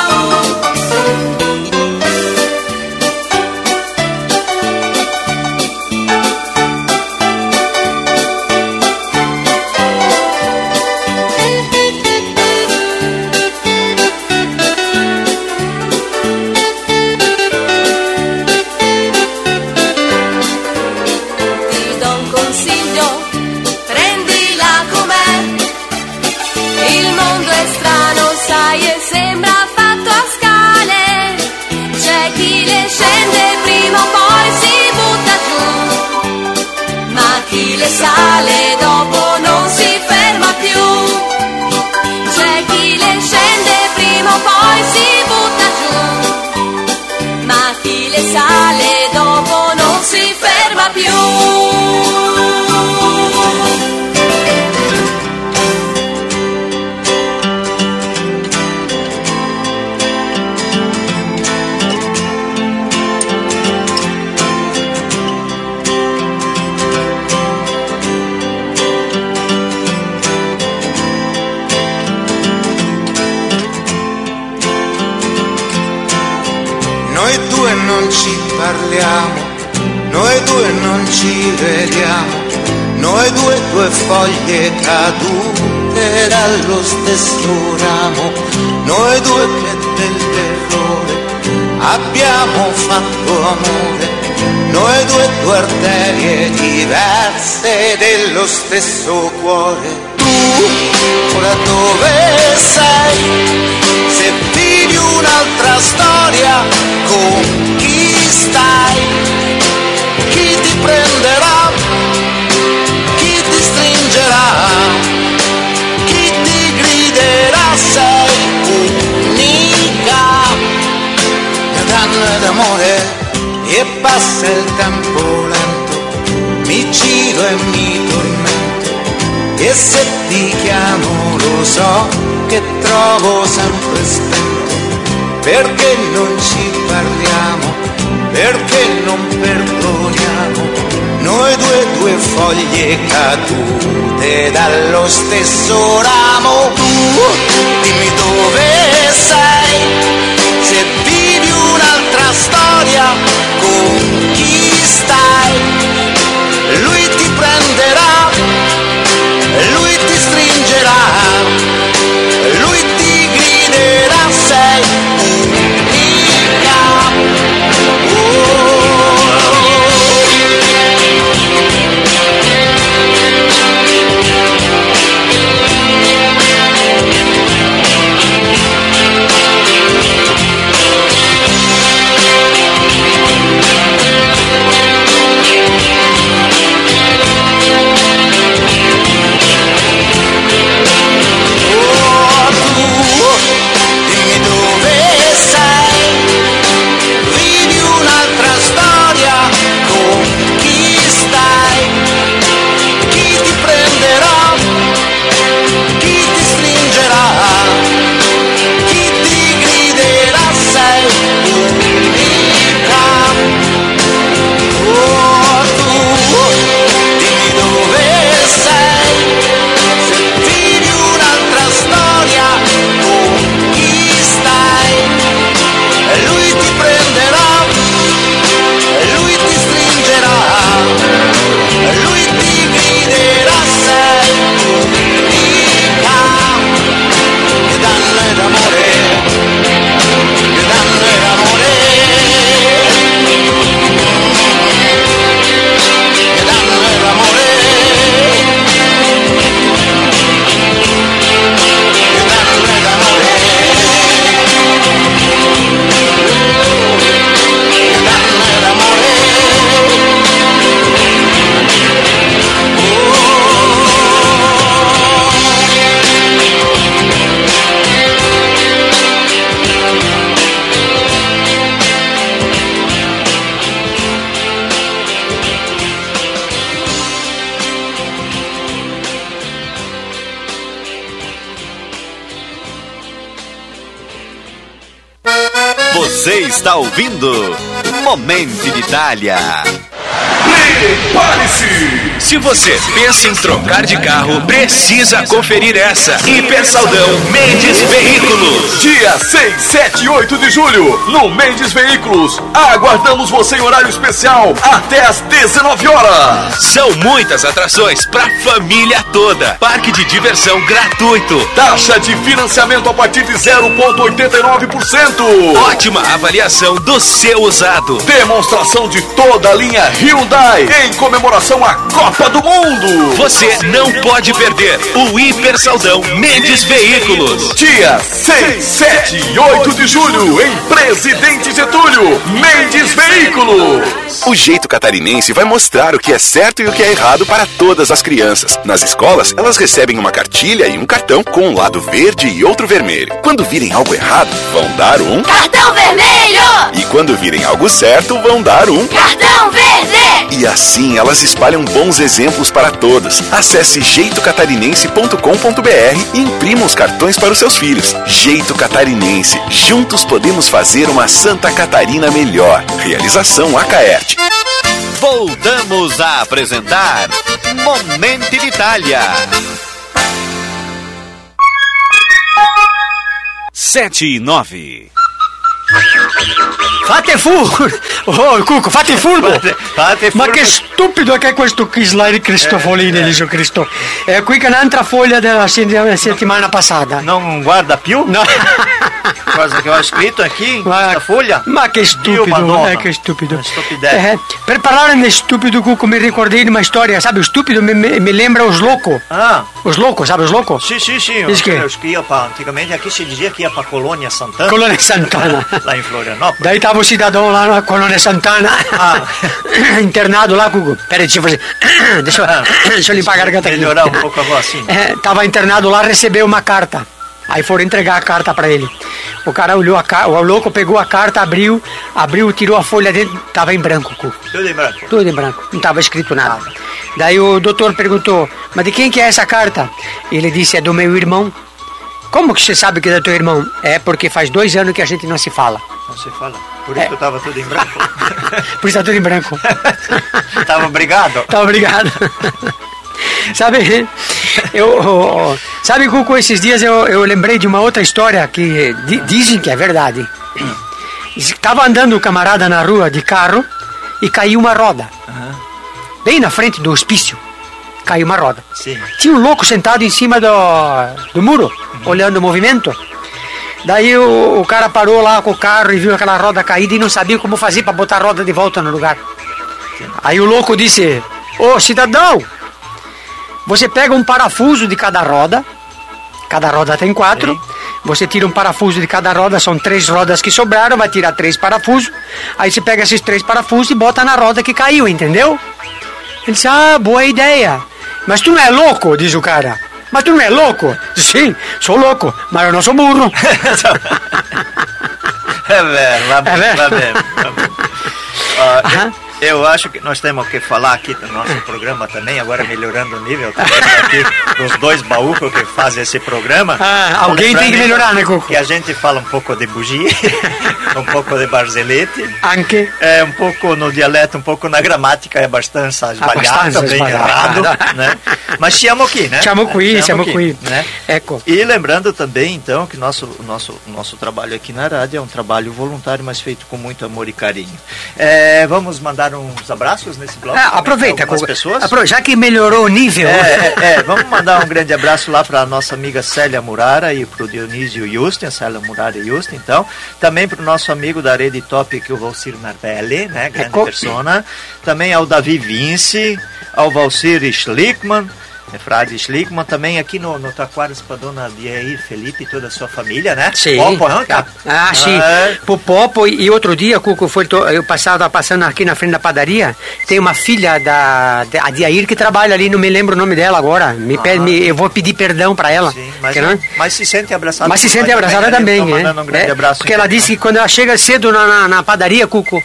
Sale dopo non si ferma più, c'è chi le scende prima o poi si butta giù, ma chi le sale dopo non si ferma più.
Non ci parliamo, noi due non ci vediamo, noi due foglie cadute dallo stesso ramo, noi due che dell'errore abbiamo fatto amore, noi due arterie diverse dello stesso cuore. Tu ora dove sei? Se vivi un'altra storia, con chi stai? Chi ti prenderà? Chi ti stringerà? Chi ti griderà? Sei unica, danna d'amore, e passa il tempo lento, mi giro e mi tormento, e se ti chiamo lo so che trovo sempre spento, perché non ci parliamo, perché non perdoniamo, noi due foglie cadute dallo stesso ramo. Tu dimmi dove sei, se vivi un'altra storia, con chi stai? Lui ti prenderà, lui ti stringerà,
Você está ouvindo Momento de Itália.
Prepare-se! Se você pensa em trocar de carro, precisa conferir essa. Hipersaldão Mendes Veículos.
Dia 6, 7 e 8 de julho, no Mendes Veículos. Aguardamos você em horário especial até às 19 horas.
São muitas atrações para a família toda. Parque de diversão gratuito.
Taxa de financiamento a partir de 0,89%.
Ótima avaliação do seu usado.
Demonstração de toda a linha Hyundai em comemoração à Copa do Mundo.
Você não pode perder o Hipersaldão Mendes Veículos.
Dia 6, 7 e 8 de julho, em Presidente Getúlio, Mendes Veículos.
O Jeito Catarinense vai mostrar o que é certo e o que é errado para todas as crianças. Nas escolas, elas recebem uma cartilha e um cartão com um lado verde e outro vermelho. Quando virem algo errado, vão dar um
cartão vermelho!
E quando virem algo certo, vão dar um
cartão verde!
E assim elas espalham bons exemplos para todos. Acesse jeitocatarinense.com.br e imprima os cartões para os seus filhos. Jeito Catarinense. Juntos podemos fazer uma Santa Catarina melhor. Realização Acaerte.
Voltamos a apresentar Momento de Itália. 7:09.
Fate furbo! Oh, Cuco, fate furbo! Ma che stupido che è questo Kislai Cristofolini, dice Cristo. È qui che è un'altra foglia della settimana passata.
Non guarda più?
No.
Cosa che ho scritto aqui? Questa foglia?
Ma che stupido, che stupido. Per parlare di stupido, Cuco, mi ricordi una storia, sabe? O stupido mi lembra os loucos.
Ah.
Os loucos, sabe os loucos?
Sì.
Diz que?
Antigamente aqui se dizia que ia pra Colônia Santana.
Colônia Santana.
Lá em Florianópolis.
Daí tava o cidadão lá na Colônia Santana, internado lá, Cuco. Peraí, deixa eu limpar a garganta aqui.
Melhorar um pouco a voz assim.
Tava internado lá, recebeu uma carta. Aí foram entregar a carta pra ele. O cara olhou o louco pegou a carta, abriu, tirou a folha dentro, tava em branco, Cuco.
Tudo em branco?
Tudo em branco, não tava escrito nada. Daí o doutor perguntou, mas de quem que é essa carta? Ele disse, é do meu irmão. Como que você sabe que é do teu irmão? É porque faz 2 anos que a gente não se fala.
Não se fala? Por isso que eu tava tudo em branco?
Por isso tá tudo em branco.
Tava obrigado?
Tava obrigado. Sabe, sabe, Cuco, esses dias eu lembrei de uma outra história que dizem que é verdade. Estava andando o camarada na rua de carro e caiu uma roda. Bem na frente do hospício. Caiu uma roda.
Sim.
Tinha um louco sentado em cima do muro, olhando o movimento. Daí o cara parou lá com o carro e viu aquela roda caída e não sabia como fazer para botar a roda de volta no lugar. Aí o louco disse, ô cidadão, você pega um parafuso de cada roda tem 4, sim. Você tira um parafuso de cada roda, são 3 rodas que sobraram, vai tirar 3 parafusos, aí você pega esses 3 parafusos e bota na roda que caiu, entendeu? Ele disse, boa ideia. Mas tu não é louco, diz o cara. Mas tu não é louco? Sim, sou louco, mas eu não sou burro.
É verdade. Eu acho que nós temos que falar aqui do nosso programa também, agora melhorando o nível aqui dos 2 baúcos que fazem esse programa.
Alguém tem que melhorar, né, Cuco?
Que a gente fala um pouco de bugie, um pouco de barzelete.
Anche.
Um pouco no dialeto, um pouco na gramática, é bastante sbagliato, bem errado, né? Mas siamo aqui, né?
Siamo qui.
Né?
Ecco.
E lembrando também, então, que nosso trabalho aqui na rádio é um trabalho voluntário, mas feito com muito amor e carinho. Vamos mandar uns abraços nesse bloco.
Aproveita,
com as pessoas.
Já que melhorou o nível.
Vamos mandar um grande abraço lá para a nossa amiga Célia Murara e para o Dionísio Justin, a Célia Murara e Justin, então. Também para o nosso amigo da Rede Top, que é o Valcir Narbelli, né? Grande persona. Também ao Davi Vinci, ao Valcir Schlickman, Frade Schlickman, também aqui no Taquaras para dona Diair Felipe e toda a sua família, né?
Sim.
Popo, não, tá?
Sim. Pro Popo, e outro dia, Cuco, eu estava passando aqui na frente da padaria, tem uma filha da Diair que trabalha ali, não me lembro o nome dela agora, eu vou pedir perdão para ela.
Sim, mas se sente abraçada.
Mas se sente abraçada também,
né? Um grande abraço,
porque ela disse que quando ela chega cedo na padaria, Cuco,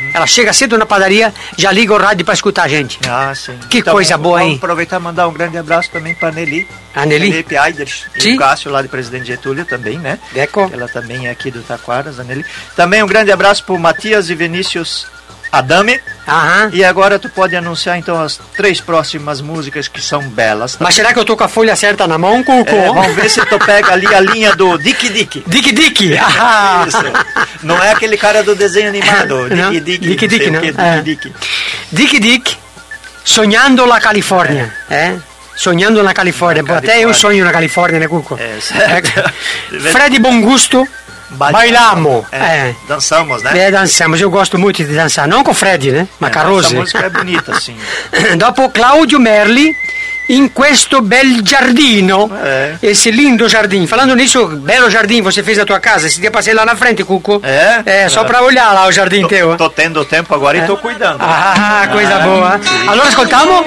Ela chega cedo na padaria, já liga o rádio para escutar a gente.
Ah, sim.
Que então, coisa boa, hein?
Vamos aproveitar e mandar um grande abraço também para a Nelly.
A Nelly?
Felipe Aiders e o Cássio lá de Presidente Getúlio também, né?
Deco.
Ela também é aqui do Taquaras, a Nelly. Também um grande abraço para o Matias e Vinícius Adame.
Aham.
E agora tu pode anunciar então as 3 próximas músicas que são belas.
Mas será que eu tô com a folha certa na mão, Cuco?
Vamos ver se tu pega ali a linha do Dick Dick.
Dick Dick!
Isso. Não é aquele cara do desenho animado. Dick Dick.
Dick Dick, não?
Dick Dick.
Dick Dick, Sonhando la Califórnia. Sonhando na Califórnia. Até eu sonho na Califórnia, né, Cuco? Fred Bom Gusto. Bailamo.
Dançamos, né?
Dançamos. Eu gosto muito de dançar. Não com o Fred, né? Ma Carrose.
Essa música é bonita, sim.
Dopo Claudio Merli, In questo bel giardino. Esse lindo jardim. Falando nisso, belo jardim você fez na tua casa. Esse dia passei lá na frente, Cuco. Só pra olhar lá o jardim teu.
Tô tendo tempo agora e tô cuidando.
Coisa boa.
Sì.
Allora ascoltiamo.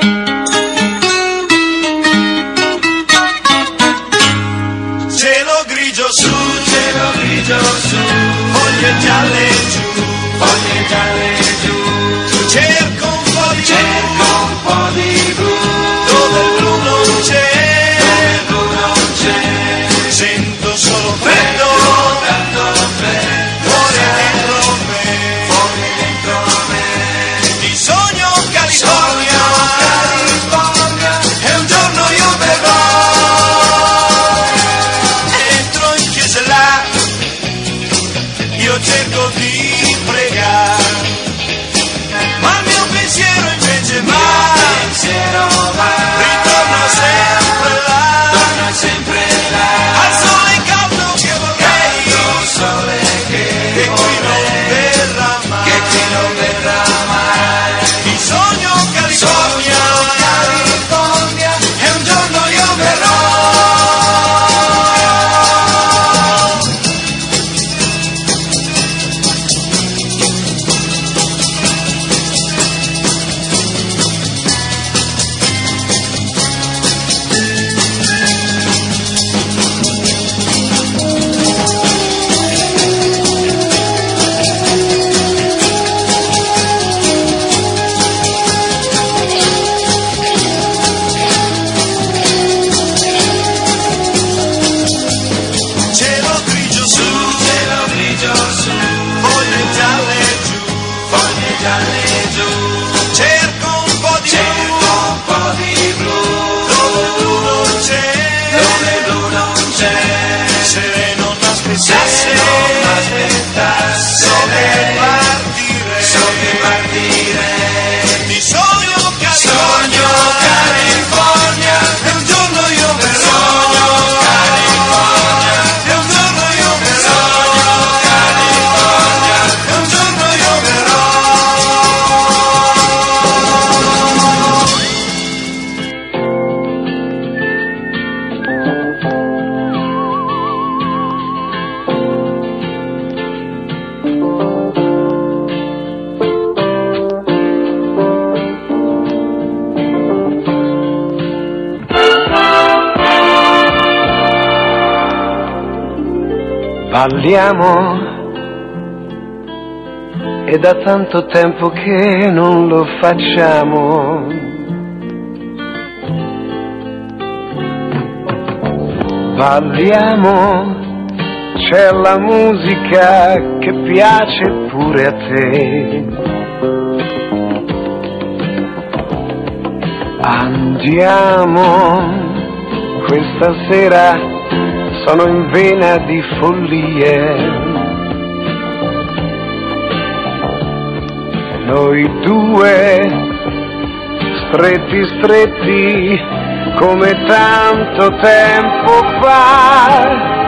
Cielo grigio su, foglie gialle giù, cerco un po' di blu, dove il blu non c'è, sento solo freddo, fuori dentro me, ti sogno California, e un giorno io verrò. Io cerco di pregare, ma il mio pensiero invece va, ritorna sempre là, al sole caldo che vorrei, che qui non verrà mai, ti sogno California, e un giorno io verrò.
Balliamo, è da tanto tempo che non lo facciamo. Balliamo, c'è la musica che piace pure a te. Andiamo, questa sera sono in vena di follie. Noi due, stretti, come tanto tempo fa.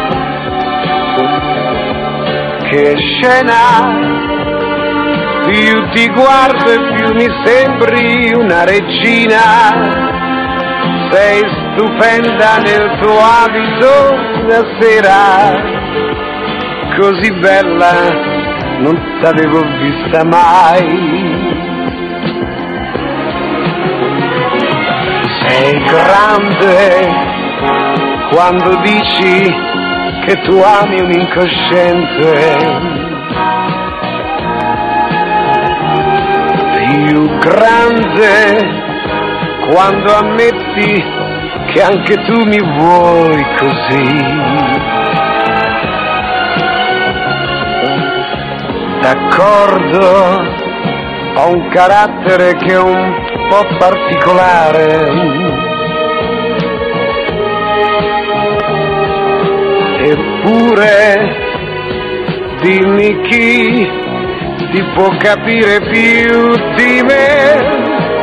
Che scena, più ti guardo e più mi sembri una regina. Sei stupenda nel tuo abito da sera, così bella non t'avevo vista mai. Sei grande quando dici che tu ami un incosciente. più grande quando ammetti che anche tu mi vuoi così. D'accordo, ho un carattere che è un po' particolare, eppure dimmi chi ti può capire più di me.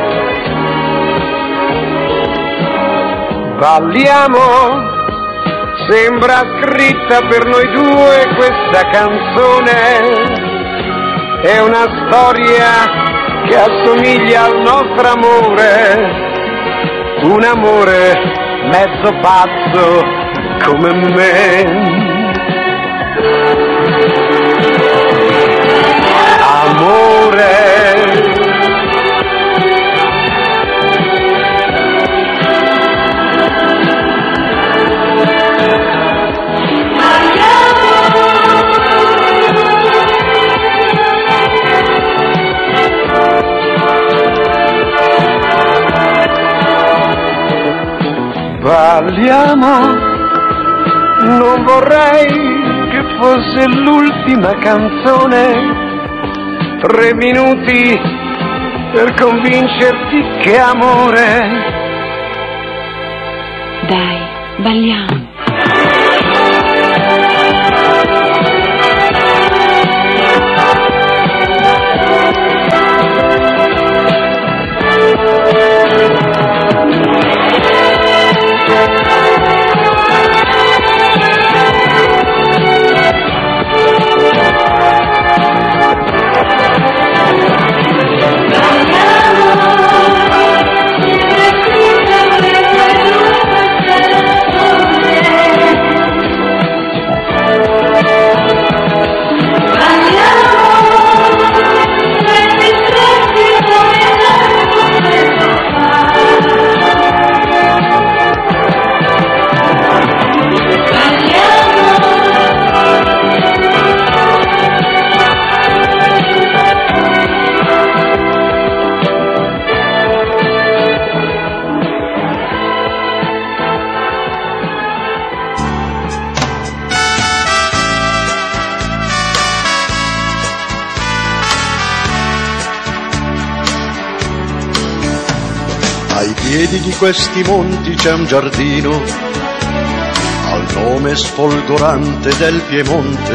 Balliamo, sembra scritta per noi due questa canzone, è una storia che assomiglia al nostro amore, un amore mezzo pazzo come me. Amore, balliamo, non vorrei che fosse l'ultima canzone, 3 minuti per convincerti che amore.
Dai, balliamo.
Ai piedi di questi monti c'è un giardino, al nome sfolgorante del Piemonte,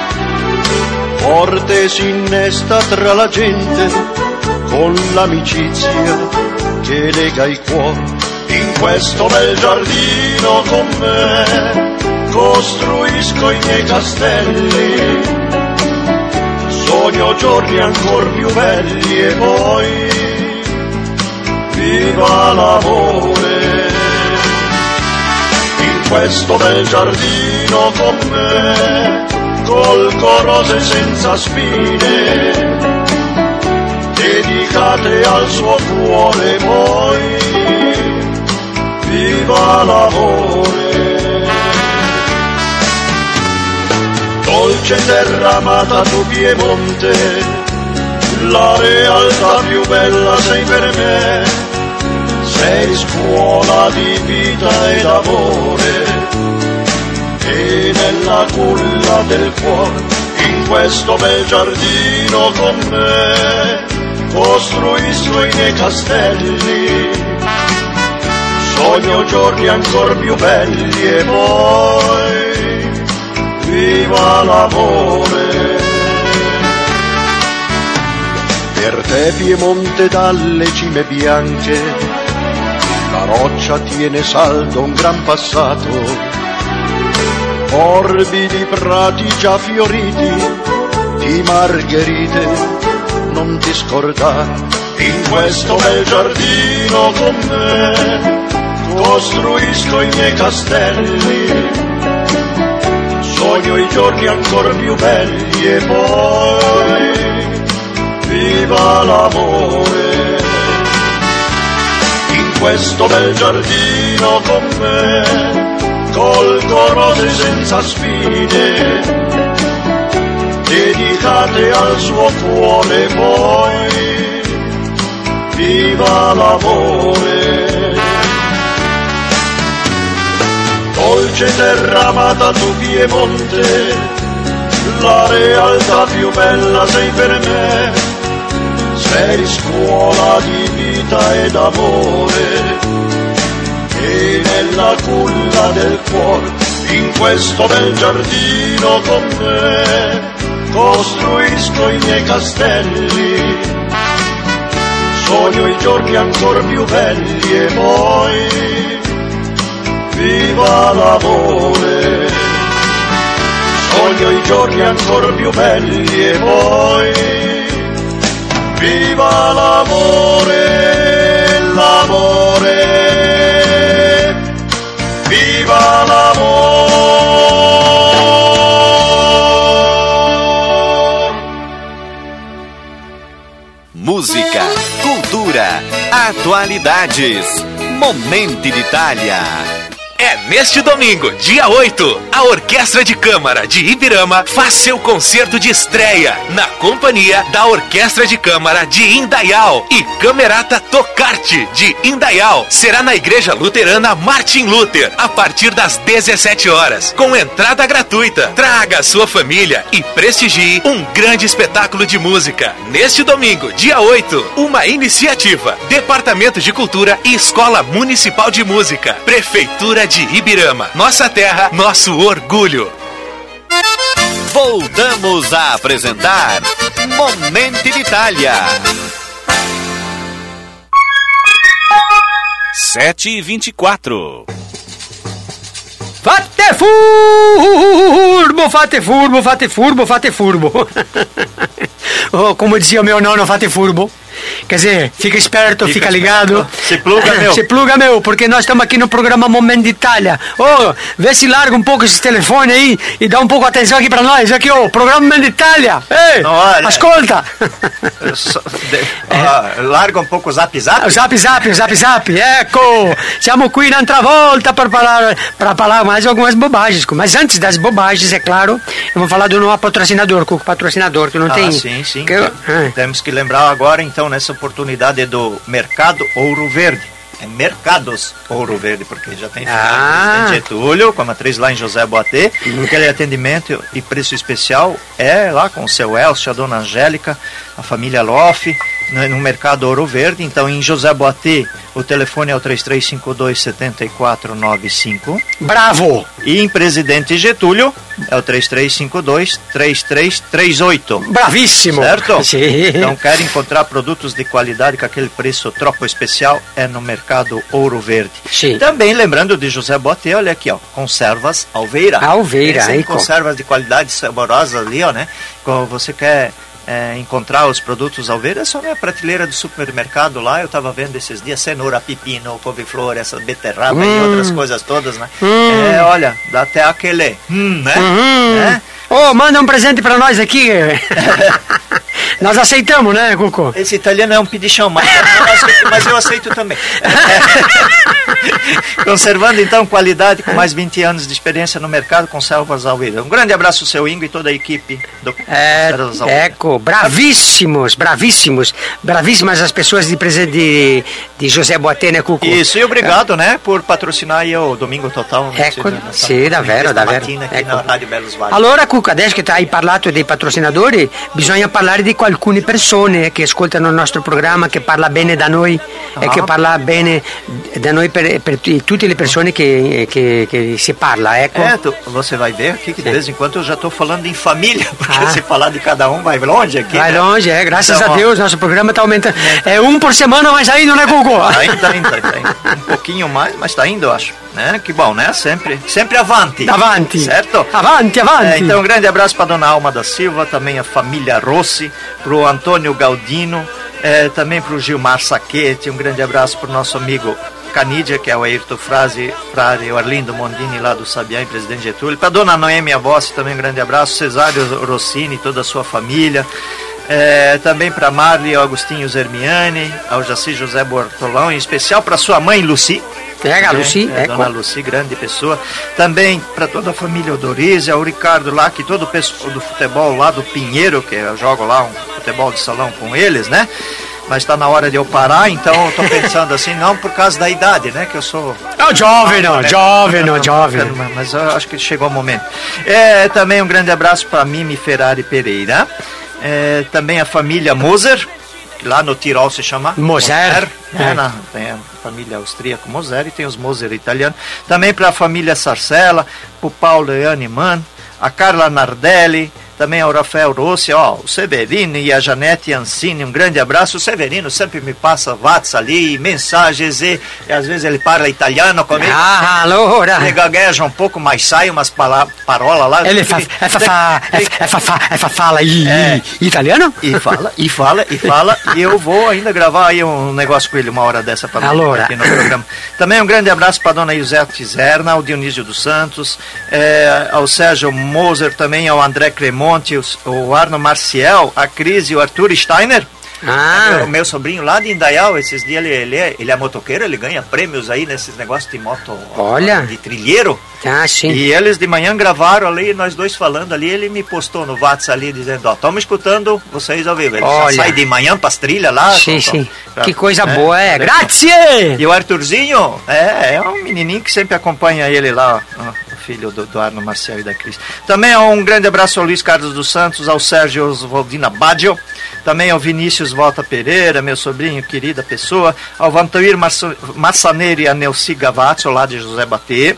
forte si innesta tra la gente, con l'amicizia che lega i cuori. In questo bel giardino con me costruisco i miei castelli, sogno giorni ancor più belli e poi viva l'amore. In questo bel giardino con me colgo rose senza spine, dedicate al suo cuore, poi viva l'amore. Dolce terra amata tu Piemonte, la realtà più bella sei per me, sei scuola di vita ed amore, e nella culla del cuore, in questo bel giardino con me, costruisco i miei castelli, sogno giorni ancor più belli e poi viva l'amore. Per te Piemonte dalle cime bianche, la roccia tiene saldo un gran passato, orbidi prati già fioriti, di margherite non ti scordare. In questo bel giardino con me costruisco i miei castelli, sogno i giorni ancor più belli e poi viva l'amore. In questo bel giardino con me colgo rose senza spine, dedicate al suo cuore, poi viva l'amore. Dolce terra amata tu Piemonte, la realtà più bella sei per me, sei scuola di vita ed amore, e nella culla del cuore, in questo bel giardino con me, costruisco i miei castelli, sogno i giorni ancora più belli e poi viva l'amore, sogno i giorni ancora più belli e poi viva l'amore, l'amore, viva l'amore.
Música, cultura, atualidades. Momento de Itália.
É neste domingo, dia 8, a Orquestra de Câmara de Ibirama faz seu concerto de estreia na companhia da Orquestra de Câmara de Indaial e Camerata Tocarte de Indaial. Será na Igreja Luterana Martin Luther, a partir das 17 horas, com entrada gratuita. Traga a sua família e prestigie um grande espetáculo de música. Neste domingo, dia 8, uma iniciativa, Departamento de Cultura e Escola Municipal de Música, Prefeitura de Ibirama, nossa terra, nosso orgulho.
Voltamos a apresentar Momento de Itália.
7h24.
Fate furbo, fate furbo, fate furbo, fate furbo. Oh, como dizia o meu nono, fate furbo. Quer dizer, fica esperto, fica ligado.
Se pluga, meu.
Se pluga, meu, porque nós estamos aqui no programa Momento de Itália. Oh, vê se larga um pouco esse telefone aí e dá um pouco de atenção aqui pra nós. Aqui, ó, programa Momento de Itália. Ei, ascolta.
Larga um pouco o zap zap.
O zap zap. Ecco, siamo qui un'altra volta para falar mais algumas bobagens. Mas antes das bobagens, é claro, eu vou falar do nosso patrocinador, Cuco, patrocinador, que não tem...
Sim. Temos que lembrar agora, então, nessa oportunidade do Mercado Ouro Verde. É Mercados Ouro Verde, porque já tem Presidente Getúlio, com a matriz lá em José Boatê. Aquele atendimento e preço especial é lá com o seu Elcio, a dona Angélica, a família Loff, no Mercado Ouro Verde. Então, em José Boatê, o telefone é o 3352-7495.
Bravo!
E em Presidente Getúlio, é o 3352-3338.
Bravíssimo!
Certo?
Sim.
Então, quer encontrar produtos de qualidade com aquele preço troco especial, é no Mercado Ouro Verde.
Sim.
Também, lembrando de José Boatê, olha aqui, ó, conservas Alveira.
Aí,
conservas de qualidade saborosa ali, ó, né? Quando você quer encontrar os produtos Alveira, é só na prateleira do supermercado lá. Eu estava vendo esses dias cenoura, pepino, couve-flor, essa beterraba e outras coisas todas, né? Olha, dá até aquele, né?
Oh, manda um presente para nós aqui. Nós aceitamos, né, Cuco?
Esse italiano é um pedichão, mas eu aceito também. Conservando, então, qualidade com mais 20 anos de experiência no mercado, conservas Alveira. Um grande abraço ao seu Ingo e toda a equipe do Conservas Alveira.
Eco, bravíssimas as pessoas de José Boatê, né, Cuco?
Isso, e obrigado, né, por patrocinar aí o Domingo Total.
Ecco, sì, davvero.
Aqui na Rádio Belos Vales.
Allora, Cuco, adesso che hai parlato dei patrocinatori, bisogna parlare di alcune persone che ascoltano il nostro programma, che parla bene da noi e che parla bene da noi per tutte le persone che si parla, ecco.
Você vai ver aqui que de vez em quando eu já estou falando em família, porque se falar de cada um vai longe aqui.
Vai longe, graças a Deus, nosso programa está aumentando. É um por semana, mas tá indo, né, Cuco?
Tá indo. Um pouquinho mais, mas tá indo, eu acho. Né? Que bom, né? Sempre avanti. Certo?
Avanti.
Então, um grande abraço para dona Alma da Silva, também a família Rossi, pro Antônio Galdino, também pro Gilmar Saquete, um grande abraço pro nosso amigo Canidia, que é o Ayrton Frade e o Arlindo Mondini lá do Sabiá, em Presidente Getúlio. Para dona Noêmia Bossi, também um grande abraço, Cesário Rossini, toda a sua família. Também para Marli Augustinho Zermiani, ao Jaci José Bortolão, em especial para sua mãe Luci. Dona Luci, grande pessoa. Também para toda a família Odorizia, ao Ricardo lá, que todo o pessoal do futebol lá do Pinheiro, que eu jogo lá um futebol de salão com eles, né? mas está na hora de eu parar, então eu estou pensando assim, não por causa da idade, né, que eu sou...
jovem.
Mas eu acho que chegou o momento. Também um grande abraço para Mimi Ferrari Pereira, também a família Moser, que lá no Tirol se chama
Moser.
Tem a família austríaca Moser e tem os Moser italianos. Também para a família Sarcella, para o Paulo e Animan, a Carla Nardelli, também ao Rafael Rossi, o Severino e a Janete Ancini, um grande abraço. O Severino sempre me passa WhatsApp ali, mensagens, e às vezes ele parla italiano comigo.
Allora.
Ele gagueja um pouco, mas sai umas parolas lá.
Ele fala italiano?
E fala, e eu vou ainda gravar aí um negócio com ele uma hora dessa para
allora.
Aqui no programa. Também um grande abraço para a dona Iusete Zerna, ao Dionísio dos Santos, ao Sérgio Moser, também ao André Cremont, o Arno Marcial, a Cris e o Arthur Steiner. O meu sobrinho lá de Indaial, esses dias ele é motoqueiro, ele ganha prêmios aí nesses negócios de moto.
Olha.
De trilheiro.
Sim.
E eles de manhã gravaram ali, nós dois falando ali, ele me postou no WhatsApp ali dizendo, estamos escutando vocês ao vivo. Ele já sai de manhã para as trilhas lá.
Sim. Que coisa boa, Grazie!
E o Arthurzinho é um menininho que sempre acompanha ele lá, filho do Arno Marcial e da Cris. Também um grande abraço ao Luiz Carlos dos Santos, ao Sérgio Oswaldina Baggio, também ao Vinícius Volta Pereira, meu sobrinho, querida pessoa, ao Vantuir Massaneiro e a Nelci Gavazzo, lá de José Batê,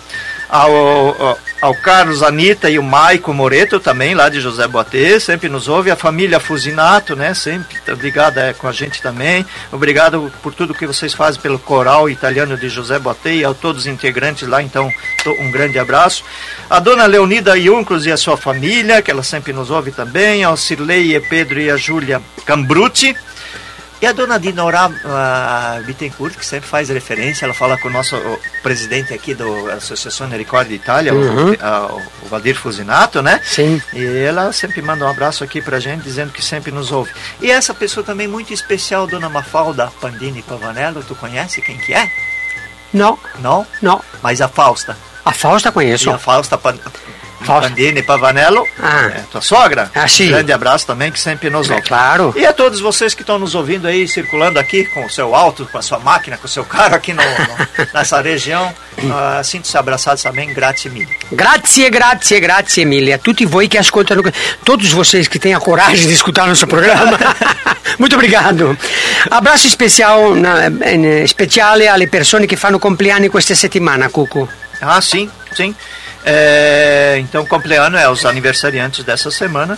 ao Carlos Anita e o Maico Moreto, também lá de José Boatê, sempre nos ouve, a família Fusinato, né, sempre ligada com a gente também. Obrigado por tudo que vocês fazem pelo coral italiano de José Boatê e a todos os integrantes lá, então um grande abraço. A dona Leonida Iunclos e a sua família, que ela sempre nos ouve também, ao Cirlei e Pedro e a Júlia Cambrucci. E a dona Dinorá Bittencourt, que sempre faz referência, ela fala com o nosso presidente aqui da Associação Recorde Itália, o Valdir Fusinato, né?
Sim.
E ela sempre manda um abraço aqui pra gente, dizendo que sempre nos ouve. E essa pessoa também muito especial, dona Mafalda Pandini Pavanello, tu conhece quem que é?
Não.
Não?
Não.
Mas a Fausta.
A Fausta conheço.
E a Fausta Pandini Pavanello, tua sogra.
Sim.
Grande abraço também, que sempre nos ouve.
Claro.
E a todos vocês que estão nos ouvindo aí, circulando aqui com o seu auto, com a sua máquina, com o seu carro aqui nessa região, sinto-se abraçados também, grazie mille.
Grazie mille a tutti voi che ascoltano, todos vocês que têm a coragem de escutar nosso programa. Muito obrigado. Abraço speciale alle persone che fanno compleanni questa settimana, Cuco.
Sim. Então, compleano é os aniversariantes dessa semana.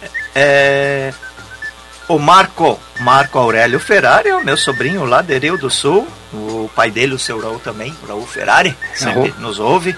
O Marco Aurélio Ferrari é o meu sobrinho lá de Rio do Sul. O pai dele, o seu Raul também, Raul Ferrari, sempre nos ouve.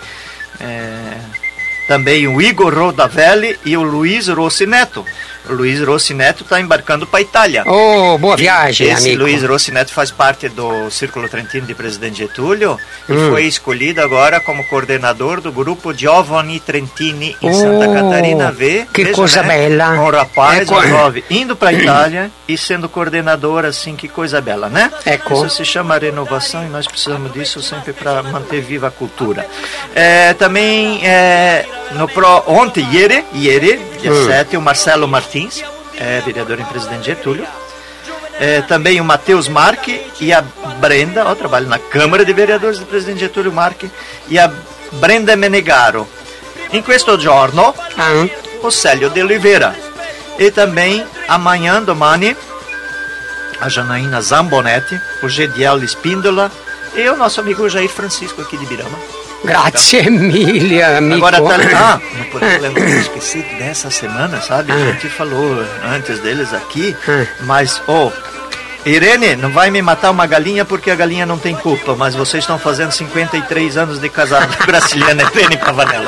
Também o Igor Rodavelli e o Luiz Rossi Neto. O Luiz Rossi Neto está embarcando para a Itália.
Boa viagem,
esse
amigo.
Luiz Rossi Neto faz parte do Círculo Trentino de Presidente Getúlio e foi escolhido agora como coordenador do grupo Giovani Trentini em Santa Catarina V.
Que coisa bela.
Um rapaz jovem indo para a Itália e sendo coordenador, assim, que coisa bela, né? Isso se chama renovação e nós precisamos disso sempre para manter viva a cultura. Também, ontem, ieri, dia 7, o Marcelo Martins, vereador em Presidente Getúlio. Também o Matheus Marque e a Brenda, trabalho na Câmara de Vereadores do Presidente Getúlio Marque, e a Brenda Menegaro. In questo giorno, o Célio de Oliveira. E também, domani, a Janaína Zambonetti, o Gediel Espíndola e o nosso amigo Jair Francisco aqui de Ibirama.
Grazie mille, amigo.
Agora não podemos lembrar, esqueci dessa semana, sabe? A gente falou antes deles aqui, mas, Irene, não vai me matar uma galinha porque a galinha não tem culpa, mas vocês estão fazendo 53 anos de casado. Graciliana Irene Pavanello.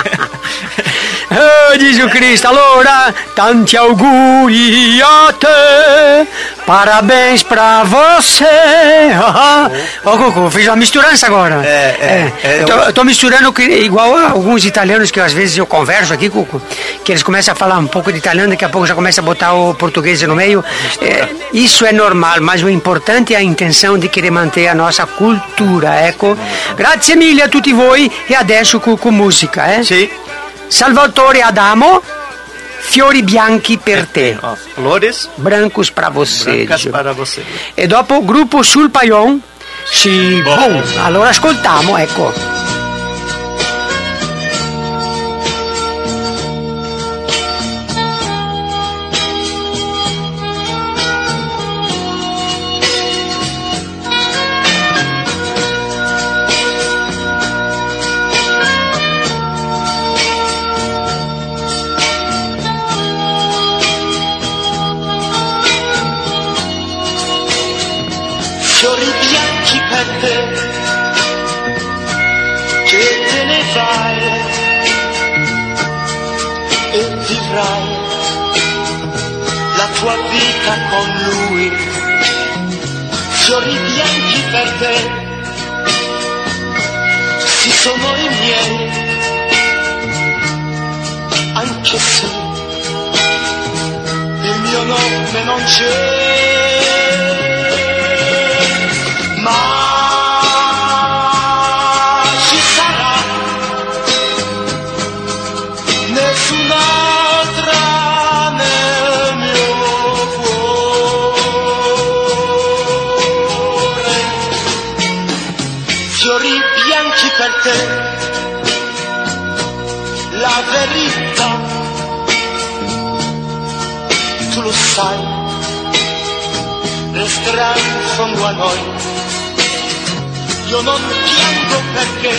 Diz o Cristo, allora, tanti auguri a te, parabéns pra você. Cucu, fiz uma misturança agora. Eu tô misturando igual a alguns italianos que às vezes eu converso aqui, Cucu, que eles começam a falar um pouco de italiano, daqui a pouco já começa a botar o português no meio. Isso é normal, mas o importante é a intenção de querer manter a nossa cultura, Grazie mille a tutti voi e adesso com música,
Sì.
Salvatore Adamo, Fiori bianchi per te.
Flores
brancos para você.
Brancas para você.
E dopo il gruppo Sul Paion. Sì, boom. Allora ascoltiamo, ecco.
Fiori bianchi per te, che te ne vai e vivrai la tua vita con lui. Fiori bianchi per te, sì sono i miei, anche se il mio nome non c'è. Ma ci sarà nessun'altra nel mio cuore. Fiori bianchi per te, la verità, tu lo sai, resterà in fondo a noi. Io non piango perché,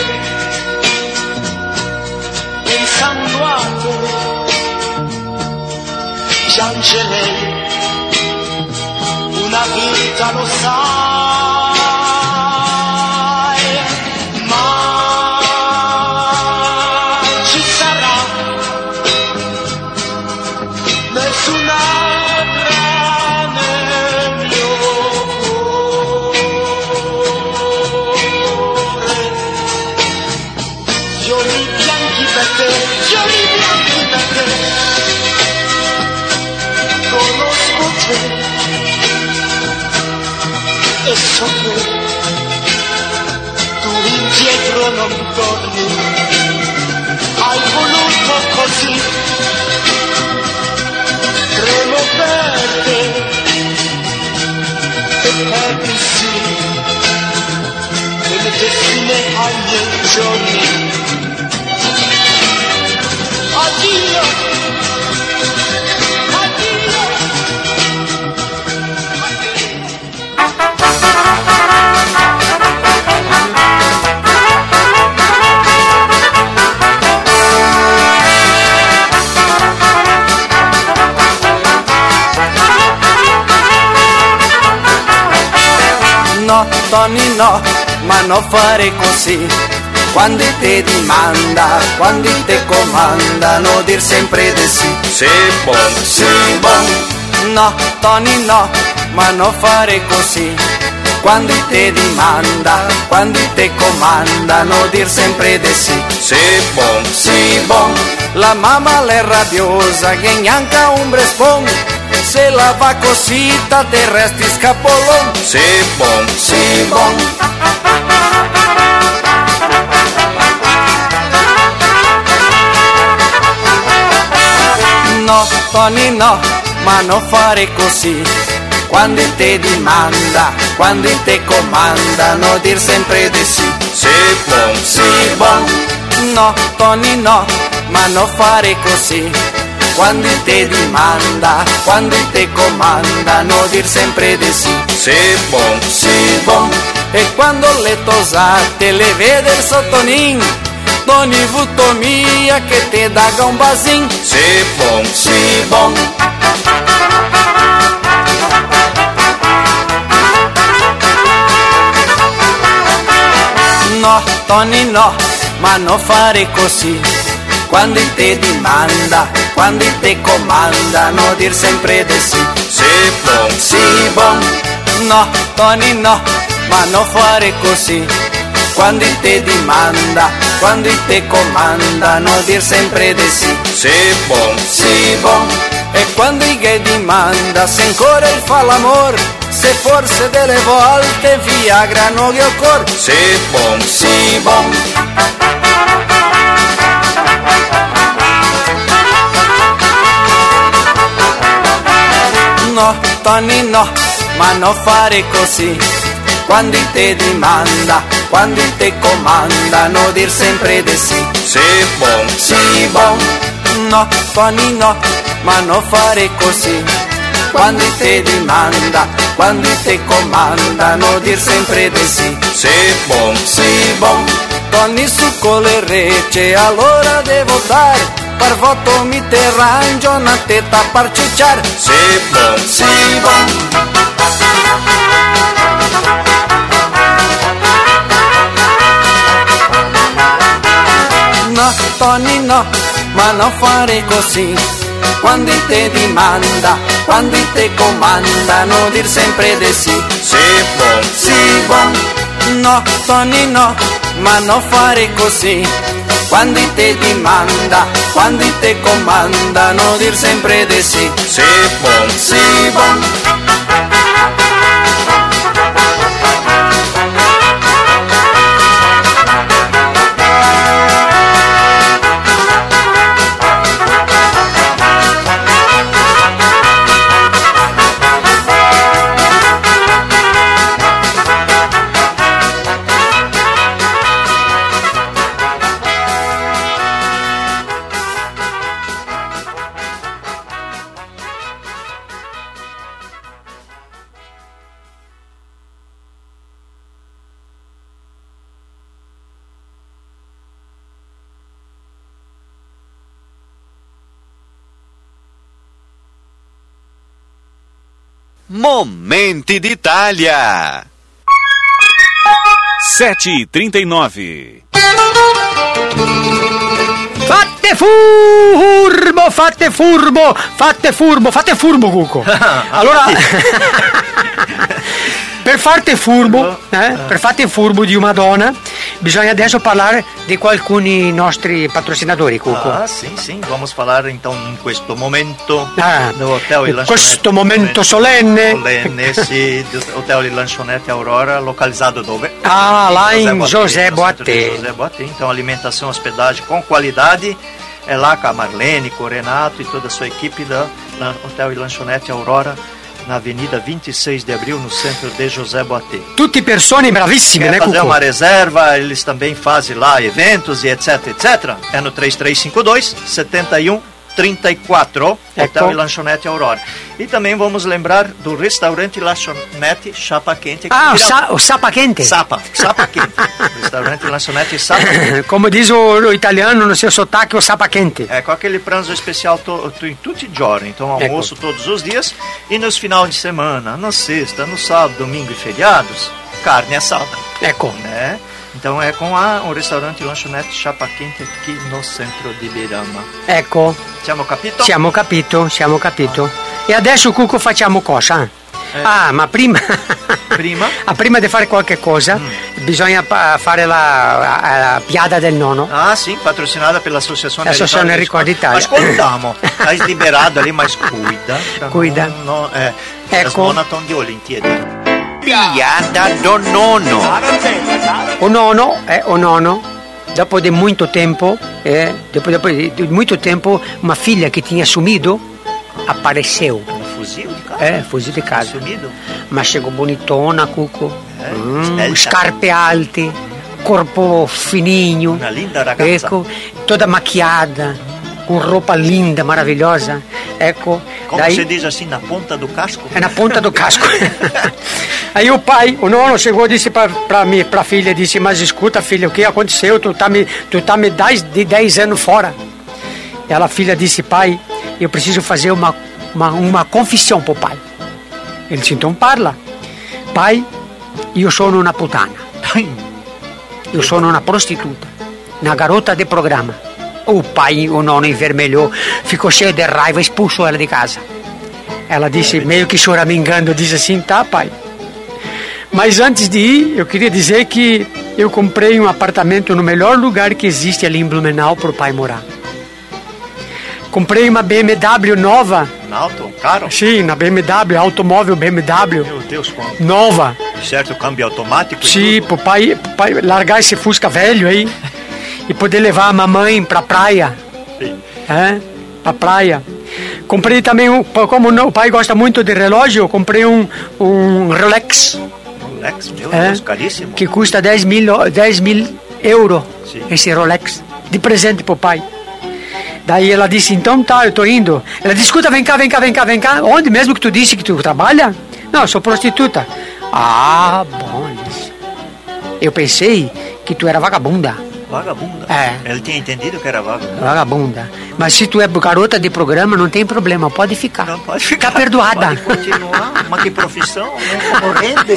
pensando a te, piangerei una vita, lo sai, ma ci sarà nessun'altra nel mio fiori bianchi per te, conosco te e so che tu indietro non torni, hai voluto così, tremo per te e perdi sì, e mettessime ai miei giorni. Addio, addio.
No, Tony, no, ma non fare così. Quando te dimanda, quando te comandano, dir sempre di sì.
Sì, bon.
Sì, bon. No, Tony, no, ma non fare così. Quando te dimanda, quando te comandano, dir sempre di sì.
Sì, bon.
Sì, bon. La mamma è rabbiosa, che neanche un brespon. Se la va cosita, te resti scapolon.
Sì, bon.
Sì, bon. No, Tony, no, ma non fare così. Quando te dimanda, quando te comandano, dir sempre di sì.
Sì, bon.
Sì, bon. No, Tony, no, ma non fare così. Quando te dimanda, quando te comandano, dir sempre di sì.
Sì, bon.
Sì, bon. E quando le tosate le vede il sottonin, Tony vuto mia che te dà un basin.
Sì, bon.
Sì, bon. No, Tony, no, ma non fare così. Quando te dimanda, quando te comandano, dir sempre di sì.
Sì, bon.
Sì, bon. No, Tony, no, ma non fare così. Quando te dimanda, quando te comandano, dir sempre di sì.
Sì, bon.
Sì, bon. E quando che dimanda, se ancora il fa l'amor, se forse delle volte Viagra non gli occorre.
Sì, bon.
Sì, bon.
Tony no, ma non fare così. Quando te dimanda, quando te comanda, non dir sempre di sì. Sì, bon, no, Tony no, ma non fare così. Quando te dimanda, quando te comanda, non dir sempre di sì. Sì, bon, Tony su con le rece, allora devo dare, per voto mi te rangio, una tetta per ciucciare. Sì, bon. No, Tony no, ma non fare così. Quando te dimanda, quando te comanda, non dir sempre di sì. Sì, bon, no, Tony no, ma non fare così. Quando te dimanda, quando te comanda, non dir sempre di sì. Sì, bon.
Momenti d'Italia.
7h39.
Fate furbo, Cuco. Allora, per farti furbo di una donna, bisogna adesso parlare di alcuni nostri patrocinatori, Cuco.
Ah, sim. Vamos falar então in questo momento do Hotel e Lanchonete.
Questo momento solenne.
Sì, do Hotel e Lanchonete Aurora, localizado dove?
Lá em José Boatê.
Então, alimentação, hospedagem com qualidade. É lá com a Marlene, com o Renato e toda a sua equipe da Hotel e Lanchonete Aurora, na Avenida 26 de Abril, no centro de José Boatê.
Tutti persone bravissime,
Quer
né,
fazer
Cuco?
uma reserva, eles também fazem lá eventos e etc. É no 3352-7134, Hotel e Lanchonete Aurora. E também vamos lembrar do restaurante Lanchonete Chapa Quente.
O Sapa Quente.
Sapa Quente. Restaurante Lanchonete Sapa Quente.
Como diz o italiano no seu sotaque, o Sapa Quente.
É, com aquele pranzo especial em tutti i giorni. Então, almoço todos os dias. E nos finais de semana, na sexta, no sábado, domingo e feriados, carne assada. Né? Então é com o restaurante Lanchonete Chapa Quente aqui no centro di Ibirama.
Ecco.
Siamo capito?
Siamo capito. E adesso, Cuco, facciamo cosa? Ma prima di fare qualche cosa bisogna fare la piada del nono.
Ah, sim, patrocinata pell'Associazione
Enrico d'Italia.
Ascoltiamo, hai liberato ali, mas cuida.
Ecco.
Maratona di Olimpiadi.
Piada do nono.
O nono, dopo di molto tempo, uma filha que tinha sumido apareceu. Fuggiu di casa.
Sumido?
Ma chegou bonitona, Cuco. Scarpe alte, corpo fininho.
Una linda ragazza.
Ecco, toda maquiada, com roupa linda, maravilhosa. Ecco.
Como você diz assim, na ponta do casco?
É na ponta do casco. Aí o nono chegou e disse pra filha, disse, mas escuta, filha, o que aconteceu? Tu tá me 10 anos fora. E a filha disse, pai, eu preciso fazer uma confissão pro pai. Ele disse, então parla. Pai, io sono una puttana. Io sono una prostituta, una garota de programa. O nono invermelhou, ficou cheio de raiva, expulsou ela de casa. Ela disse, meio que choramingando, disse assim, tá, pai. Mas antes de ir, eu queria dizer que eu comprei um apartamento no melhor lugar que existe ali em Blumenau para o pai morar. Comprei uma BMW nova.
Auto? Caro?
Sim, na BMW, automóvel BMW.
Meu Deus, quanto?
Nova.
Certo, câmbio automático?
Sim, pro pai largar esse Fusca velho aí e poder levar a mamãe pra praia.
Sim.
Pra praia. Comprei também, como o pai gosta muito de relógio, eu comprei um Rolex.
Rolex, meu Deus, caríssimo.
Que custa 10 mil euros, esse Rolex, de presente pro pai. Daí ela disse, então tá, eu tô indo. Ela disse, escuta, vem cá. Onde mesmo que tu disse que tu trabalha? Não, eu sou prostituta. Ah, bom. Eu pensei que tu era vagabunda.
Vagabunda?
É.
Ele tinha entendido que era vagabunda.
Vagabunda. Mas se tu é garota de programa, não tem problema, pode ficar.
Não, pode ficar.
Tá perdoada.
Pode continuar. Mas que profissão, né? Como rende.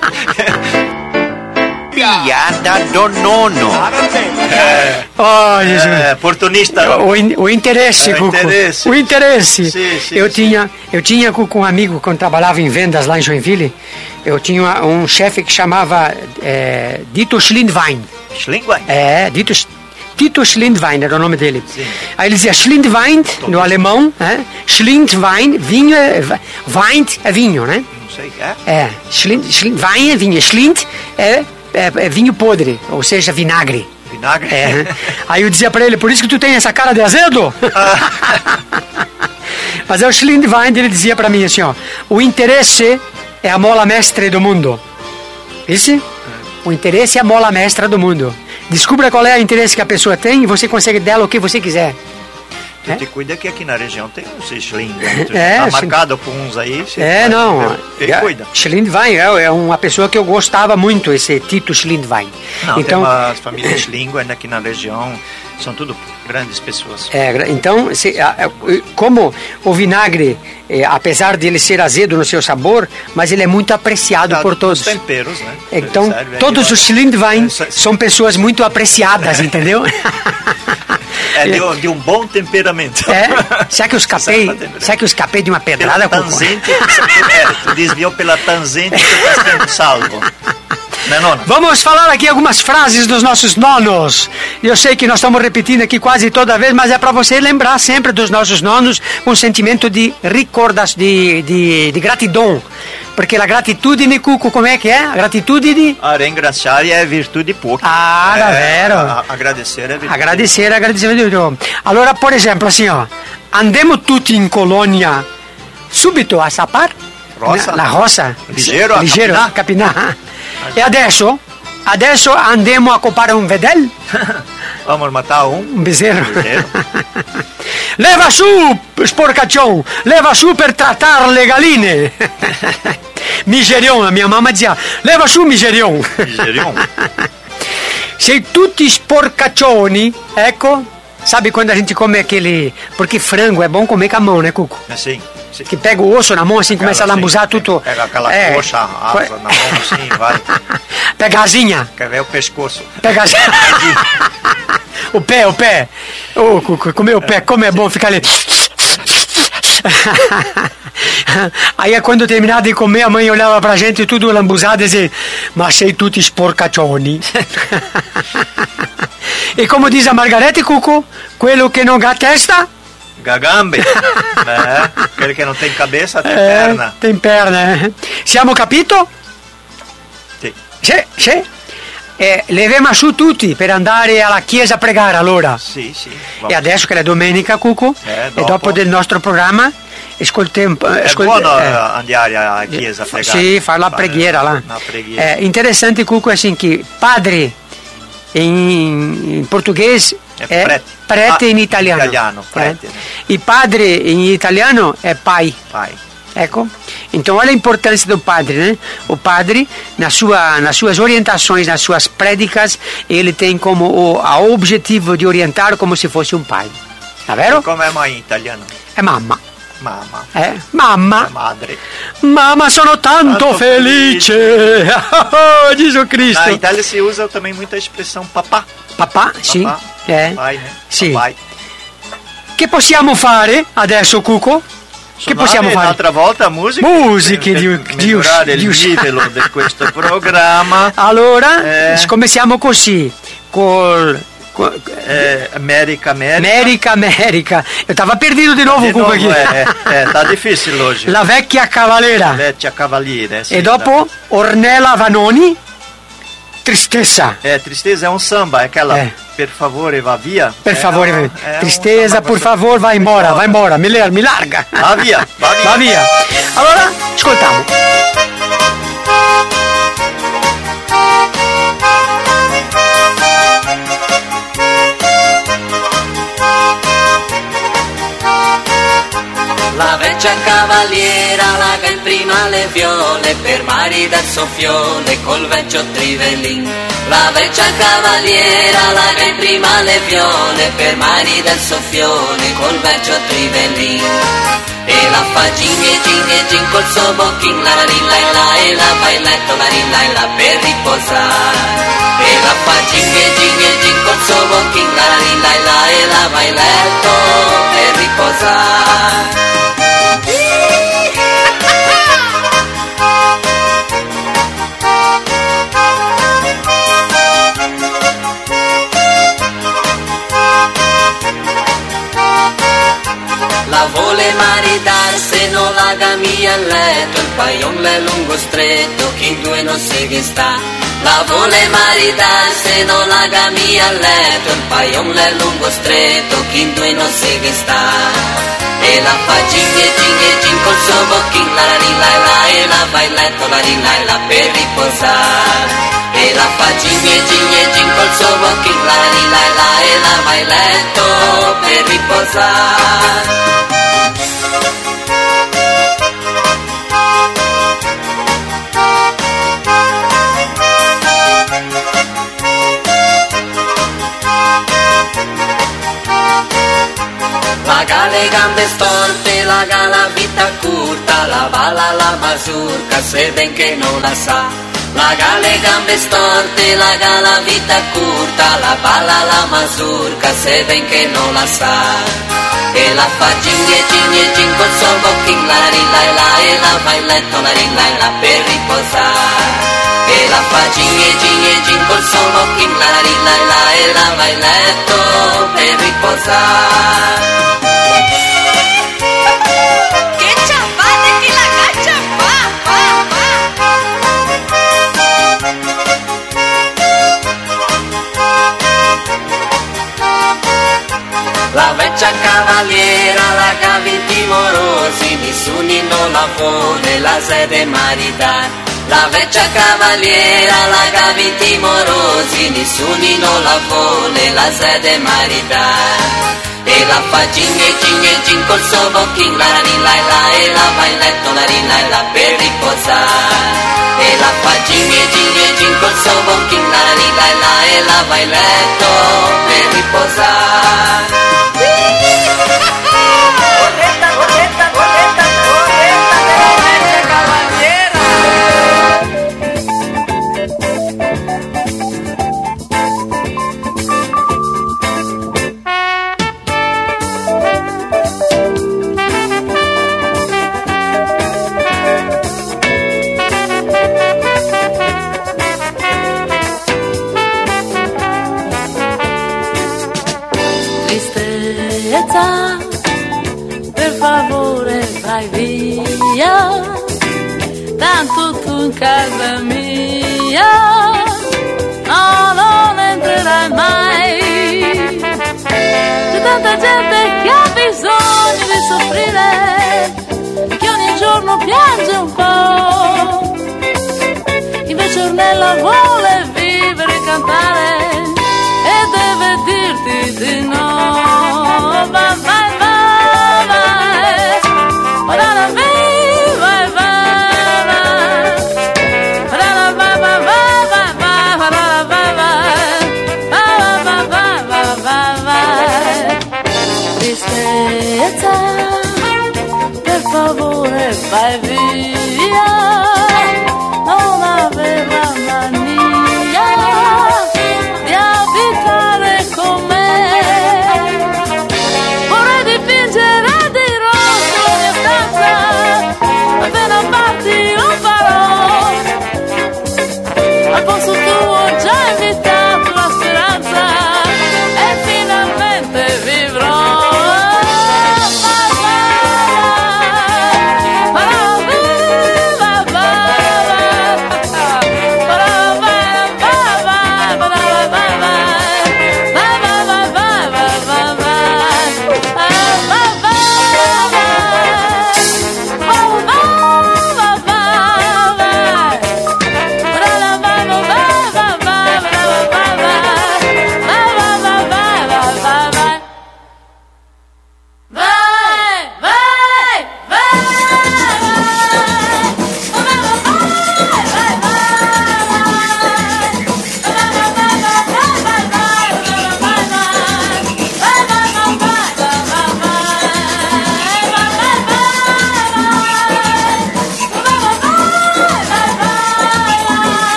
Piada do nono.
Oh, Jesus.
Oportunista.
O interesse, Cuco. O interesse.
Sim,
Eu tinha com um amigo, quando trabalhava em vendas lá em Joinville, eu tinha um chefe que chamava Dito Schlindwein.
Schlindwein?
Tito Schlindwein era o nome dele.
Sim.
Aí ele dizia Schlindwein, no alemão, Schlindwein, vinho Wein é vinho, né?
Não sei,
Wein é vinho, Schlind é vinho podre, ou seja, vinagre.
Vinagre?
Aí eu dizia pra ele, por isso que tu tem essa cara de azedo? Mas o Schlindwein, ele dizia pra mim assim, ó, o interesse é a mola mestre do mundo. Isso? O interesse é a mola mestra do mundo. Descubra qual é o interesse que a pessoa tem e você consegue dela o que você quiser.
Tu te cuida que aqui na região tem uns Schlindwein. Tá marcado com uns aí. Cuida.
Schlindwein é uma pessoa que eu gostava muito, esse Tito Schlindwein.
Não, então, tem umas famílias Schlindwein aqui na região, são tudo grandes pessoas.
Então, como o vinagre, apesar de ele ser azedo no seu sabor, mas ele é muito apreciado por todos.
Os temperos, né?
Então, todos os Schlindwein são pessoas muito apreciadas, entendeu?
De um bom temperamento.
Será que eu escapei de uma pedrada?
Tangente, tu desviou pela tangente e tu está sendo salvo. Né, nona?
Vamos falar aqui algumas frases dos nossos nonos. Eu sei que nós estamos repetindo aqui quase toda vez, mas é para você lembrar sempre dos nossos nonos com um sentimento de de gratidão. Porque a gratitudine, Cuco, como é que é? A gratitudine?
Ringraziare é virtude pouca.
Davvero.
Agradecer é virtude.
Agradecer é virtude. Allora, por exemplo, assim, ó. Andiamo tutti in colonia subito a sapar? La roça? Ligeiro a capinar. E adesso andiamo a copare un vedel?
Vamos matar um
bezerro. Leva su, sporcaccião, leva su per tratar le galine. Migerion, a minha mamma dizia, leva su Migerion. Sei tutti sporcaccioni, ecco. Sabe quando a gente come aquele... Porque frango é bom comer com a mão, né, Cuco?
Sim.
Que pega o osso na mão, assim, começa a lambuzar tudo.
Pega aquela coxa, a asa na mão, assim, vai.
Pega a asinha.
Quer ver o pescoço.
Pega a asinha. O pé. Cuco, comer o pé, como é bom ficar ali. Aí é quando terminava de comer, a mãe olhava pra gente tudo lambuzado e dizia, mas sei tutti sporcaccioni. E como diz a Margarete, Cuco, quello che non ha testa...
Gagambe, né? Aquele que não tem cabeça, tem perna.
Tem perna. Siamo capito? Sì. Levemo su tutti per andare alla chiesa a pregare allora.
Sì.
E adesso che è domenica, Cuco, e dopo del nostro programma, ascoltiamo.
È buono andare alla chiesa a pregare.
Sì, fare la preghiera là. Interessante, Cuco, è assim che padre in portoghese è prete in italiano.
Prete.
E padre in italiano è pai. Ecco, então olha a importância do padre, né? O padre, nas suas orientações, nas suas prédicas, ele tem como o objetivo de orientar como se fosse um pai. Tá vero?
Como é mãe em italiano?
É mamma.
Mamma. Madre.
Mamma, sono tanto felice. Oh, Jesus Cristo.
Na Itália se usa também muita expressão papà.
Papà, sì.
Pai, né?
Sì.
Papai.
Che possiamo fare adesso, Cuco? Che possiamo fare?
Un'altra volta musiche
di
migliorare il livello di questo programma.
Allora, cominciamo così
America.
Eu tava perdido de novo, Cuco, aqui.
Tá difícil hoje.
La vecchia cavaliera.
Sì,
e dopo Ornella Vanoni. Tristeza.
Tristeza é um samba, é aquela per favore va via.
Per favore, tristeza, por favor, vai embora, me larga.
Va via.
Va via. Allora, ascoltiamo.
La vecchia cavaliera laga in prima le viole per mari del soffione col vecchio trivelin. La vecchia cavaliera laga in prima le viole per mari del soffione col vecchio trivelin. E la fa gin col suo bocchin, la rilla e la va in letto, la rilla per riposare. E la fa gin col suo bocchin, la rilla e la va in letto per riposare. La vuole maridarsi, non la gamia a letto, il paion è lungo stretto, chi in due non sa che sta. La vuole maridarsi, non la gamia a letto, il paion è lungo stretto, chi in due non sa che sta. E la fa gin col suo bocchin, la rilla e la va in letto, la rilla per riposare. E la fa gin col suo bocchin, la rilla e la va in letto per riposare. Laga le gambe storte, laga la vita curta, la balla la mazurka, se ben che non la sa. Laga le gambe storte, laga la vita curta, la balla la mazurka, se ben che non la sa. E la fa gin col suo bocchin, la rilla e la va in letto, la rilla per riposare. E la fa gin col suo bocchin, la rilla e la va in letto per riposare.
Che ciabatte che la caccia
La vecchia cavaliera, la cavi timorosi, nessuno non la vuole, la sede maritare. La vecchia cavaliera, la cavi timorosi, nessuno non la vuole, la sede maritare. E la fa gin col suo bocchin, la rilla e la va in letto, la rilla per riposare. E la fa gin col suo bocchin, la rilla e la va in letto per riposare.
Per favore vai via, tanto tu in casa mia no, non entrerai mai. C'è tanta gente che ha bisogno di soffrire, che ogni giorno piange un po'. Invece Ornella vuole vivere e cantare e deve dirti di no. Vai, vai, vai, vai, vai, vai, vai, vai. Tristezza, per favore vai via, non aveva mania di abitare con me. Vorrei dipingere di rosso la mia stanza, appena parti lo farò. Al posto tuo ho già invitato la speranza e finalmente vivrò. Vai, vai, vai,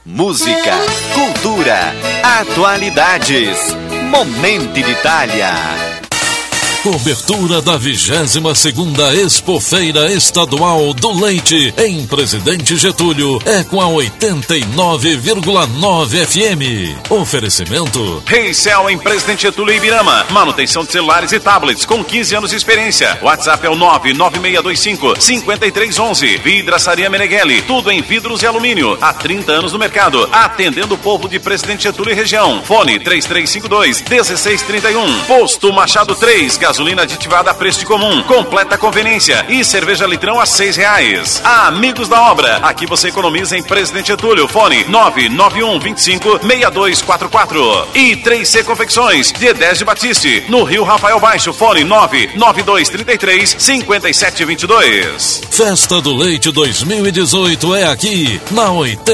Música, cultura, atualidades. Momento de Itália.
Cobertura da 22ª Expofeira Estadual do Leite em Presidente Getúlio é com a 89,9 FM. Oferecimento
Reicel em Presidente Getúlio e Ibirama. Manutenção de celulares e tablets com 15 anos de experiência. WhatsApp é o 99625-5311. Vidraçaria Meneghelli. Tudo em vidros e alumínio. Há 30 anos no mercado. Atendendo o povo de Presidente Getúlio e região. Fone 3352-1631. Posto Machado 3. Gasolina aditivada a preço de comum, completa conveniência e cerveja litrão a R$6. Amigos da obra, aqui você economiza em Presidente Getúlio. Fone 99125-6244. E 3C Confecções, de Edésio Batiste, no Rio Rafael Baixo. Fone 99233-5722.
Festa do Leite 2018 é aqui, na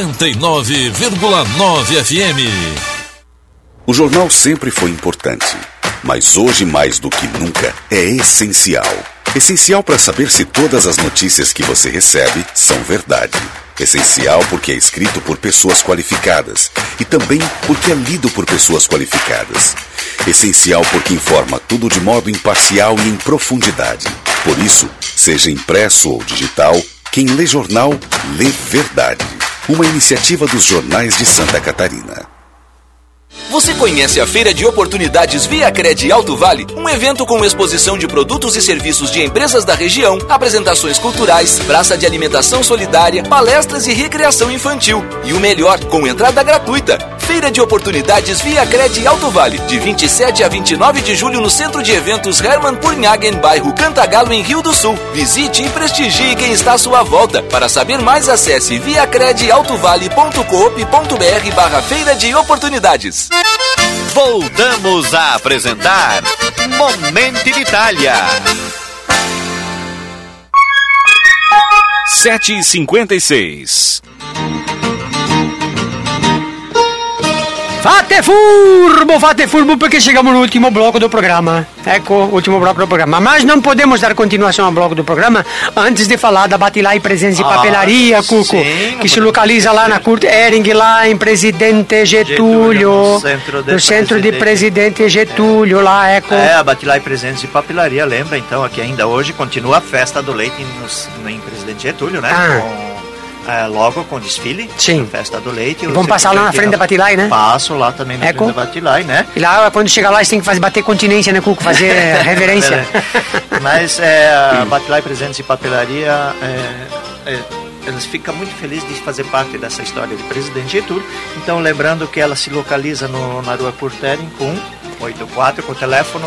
89,9 FM.
O jornal sempre foi importante, mas hoje mais do que nunca é essencial. Essencial para saber se todas as notícias que você recebe são verdade. Essencial porque é escrito por pessoas qualificadas e também porque é lido por pessoas qualificadas. Essencial porque informa tudo de modo imparcial e em profundidade. Por isso, seja impresso ou digital, quem lê jornal, lê verdade. Uma iniciativa dos jornais de Santa Catarina.
Você conhece a Feira de Oportunidades ViaCred Alto Vale? Um evento com exposição de produtos e serviços de empresas da região, apresentações culturais, praça de alimentação solidária, palestras e recreação infantil. E o melhor, com entrada gratuita. Feira de Oportunidades ViaCred Alto Vale, de 27 a 29 de julho no Centro de Eventos Hermann Purnhagen, bairro Cantagalo, em Rio do Sul. Visite e prestigie quem está à sua volta. Para saber mais, acesse viacredaltovale.coop.br/Feira de Oportunidades.
Voltamos a apresentar Momento de Itália.
7h56.
Fate furbo perché chegamos no último bloco do programa. Ecco, último bloco do programa. Mas não podemos dar continuação ao bloco do programa antes de falar da Batilai Presentes e Papelaria, Cuco, sim, que se localiza lá na Kurt Ehring, lá em Presidente Getúlio, no centro de Presidente Getúlio, lá, Ecco.
A Batilai Presentes e Papelaria, lembra, então, aqui ainda hoje continua a festa do leite em Presidente Getúlio, né? Logo com desfile,
sim,
festa do leite.
E vamos passar lá na frente da Batilai, né?
Passo lá também na frente da Batilai, né?
E lá, quando chegar lá, você tem que bater continência, né, Cuco? Fazer reverência.
Mas a Batilai Presentes e Papelaria, elas ficam muito felizes de fazer parte dessa história de Presidente Getúlio. Então, lembrando que ela se localiza na rua Kurt Ehring com 84, com o telefone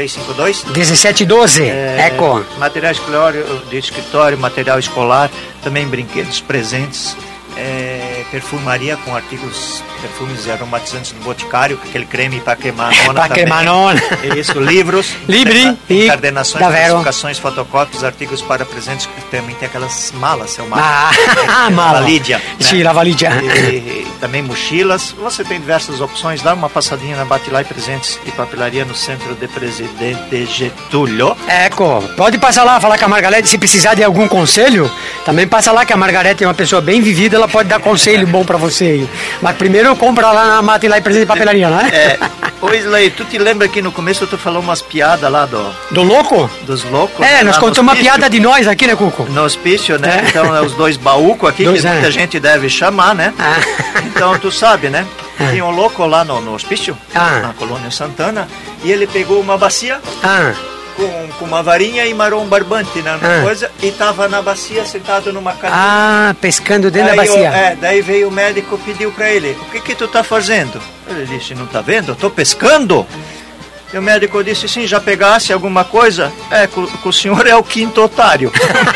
3352-1712. Eco.
Material de escritório, material escolar, também brinquedos, presentes, perfumaria com perfumes e aromatizantes do Boticário, aquele creme para queimar a nona.
Para queimar a nona.
Isso, livros, encadernações, classificações, fotocópias, artigos para presentes, também tem aquelas malas,
mala.
Valídia.
Sim, a Valídia.
E também mochilas. Você tem diversas opções. Dá uma passadinha na Batilai Presentes e Papelaria no centro de Presidente Getúlio.
Eco, pode passar lá, falar com a Margarete, se precisar de algum conselho, também passa lá, que a Margarete é uma pessoa bem vivida, ela pode dar conselho bom pra você. Mas primeiro eu compro lá na Batilai Presentes e Papelaria, né?
Pois, Lei, tu te lembra que no começo tu falou umas piadas lá do
louco?
Dos loucos.
Nós contamos uma piada de nós aqui, né, Cuco?
No hospício, né? Então, os dois baúcos aqui, que muita gente deve chamar, né? Então, tu sabe, né? Tinha um louco lá no hospício, na Colônia Santana, e ele pegou uma bacia com uma varinha e marou um barbante na coisa, e tava na bacia sentado numa cadeira.
Pescando dentro da bacia.
Daí veio o médico e pediu pra ele: o que tu tá fazendo? Ele disse: não tá vendo? Eu tô pescando. E o médico disse: sim, já pegasse alguma coisa? O senhor é o quinto otário.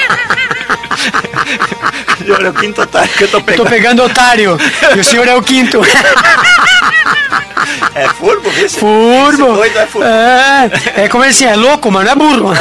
O senhor é o quinto otário que eu tô pegando.
Tô pegando otário, e o senhor é o quinto.
É furbo, viu?
Furbo. Doido é furbo. Como assim, é louco, mas não é burro.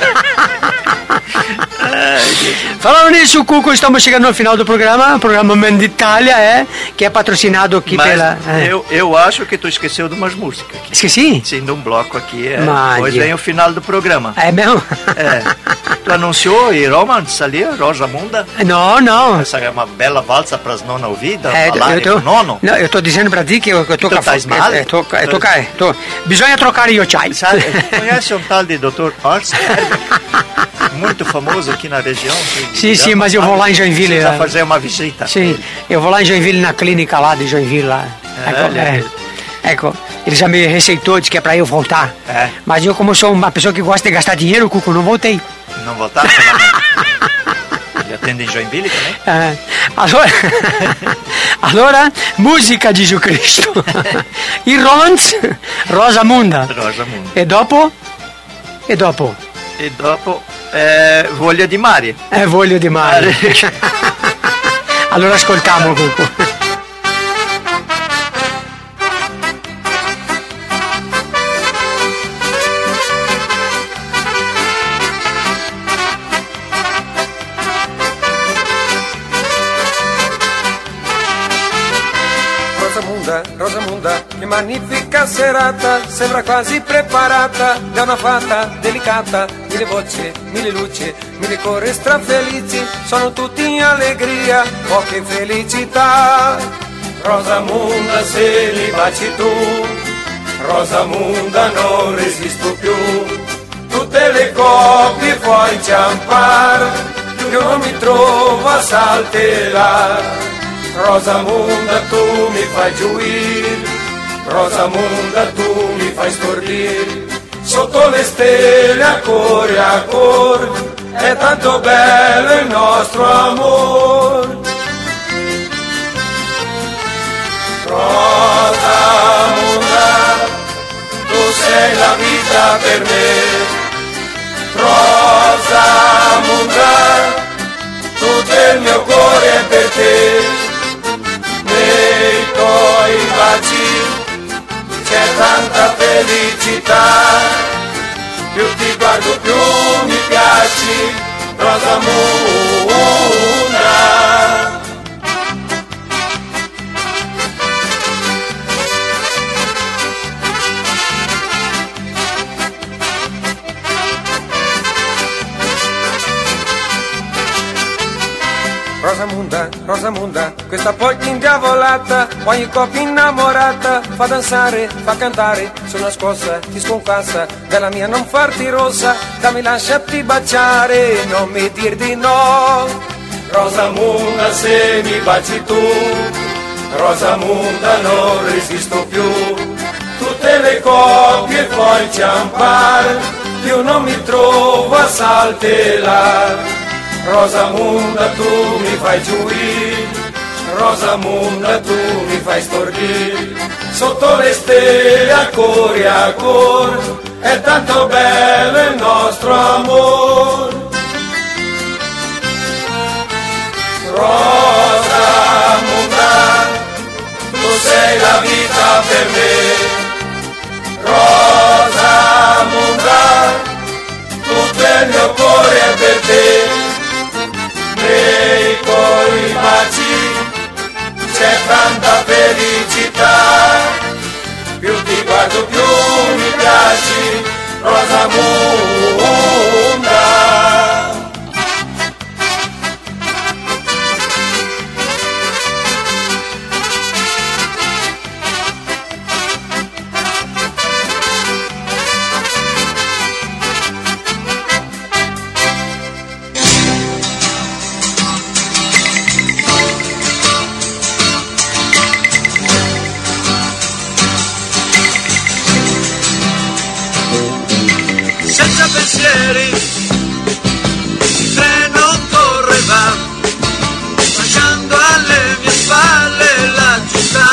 Falando nisso, Cuco, estamos chegando no final do programa, o programa Momento de Itália, que é patrocinado aqui pela...
Eu acho que tu esqueceu de umas músicas aqui.
Esqueci?
Sim, de um bloco aqui, depois vem o final do programa.
É mesmo?
Tu anunciou i Romance ali, Rosamunda?
No.
Essa é uma bella valsa para as nonas ouvir,
nono? No, eu tô dizendo pra ti que eu tô com a Bisogna trocare io chai.
Sabe, conhece um tal de Dr. Ars? Muito famoso aqui na região.
Sim, mas eu vou lá em Joinville.
Precisa fazer uma visita.
Sim, eu vou lá em Joinville, na clínica lá de Joinville lá. Ecco, ele já me receitou, disse que é pra eu voltar. Mas eu, como sou uma pessoa que gosta de gastar dinheiro, Cuco, não voltei.
Não voltar? Ele atende em Joinville também?
Allora, musica di Gesù Cristo. Il Romance, Rosamunda. E dopo?
Voglia di mare.
Voglia di mare. Allora ascoltiamo, Cuco.
Rosamunda, che magnifica serata, sembra quasi preparata, da una fata delicata, mille voci, mille luci, mille cuori strafelici, sono tutti in allegria, poche felicità. Rosamunda, se li baci tu, Rosamunda non resisto più, tutte le coppie puoi inciampar, io non mi trovo a saltellar. Rosamunda, tu mi fai gioire, Rosamunda, tu mi fai stordire, sotto le stelle a cuore, è tanto bello il nostro amor. Rosamunda, tu sei la vita per me, Rosamunda, tutto il mio cuore è per te. Nei tuoi baci c'è tanta felicità, più ti guardo più mi piaci, Rosamunda. Rosamunda, questa polka indiavolata, ogni coppia innamorata, fa danzare, fa cantare, su una scossa ti sconquassa, della mia non farti rossa, dammi lasciati baciare, non mi dir di no. Rosamunda, se mi baci tu, Rosamunda non resisto più, tutte le coppie puoi inciampare, io non mi trovo a saltellar. Rosamunda, tu mi fai gioire, Rosamunda, tu mi fai stordire, sotto le stelle a cuore, è tanto bello il nostro amor. Rosamunda, tu sei la vita per me, Rosamunda, tutto il mio cuore è per te. Nei tuoi baci c'è tanta felicità, più ti guardo più mi piaci, Rosamunda.
Pensieri, il treno correva, lasciando alle mie spalle la città.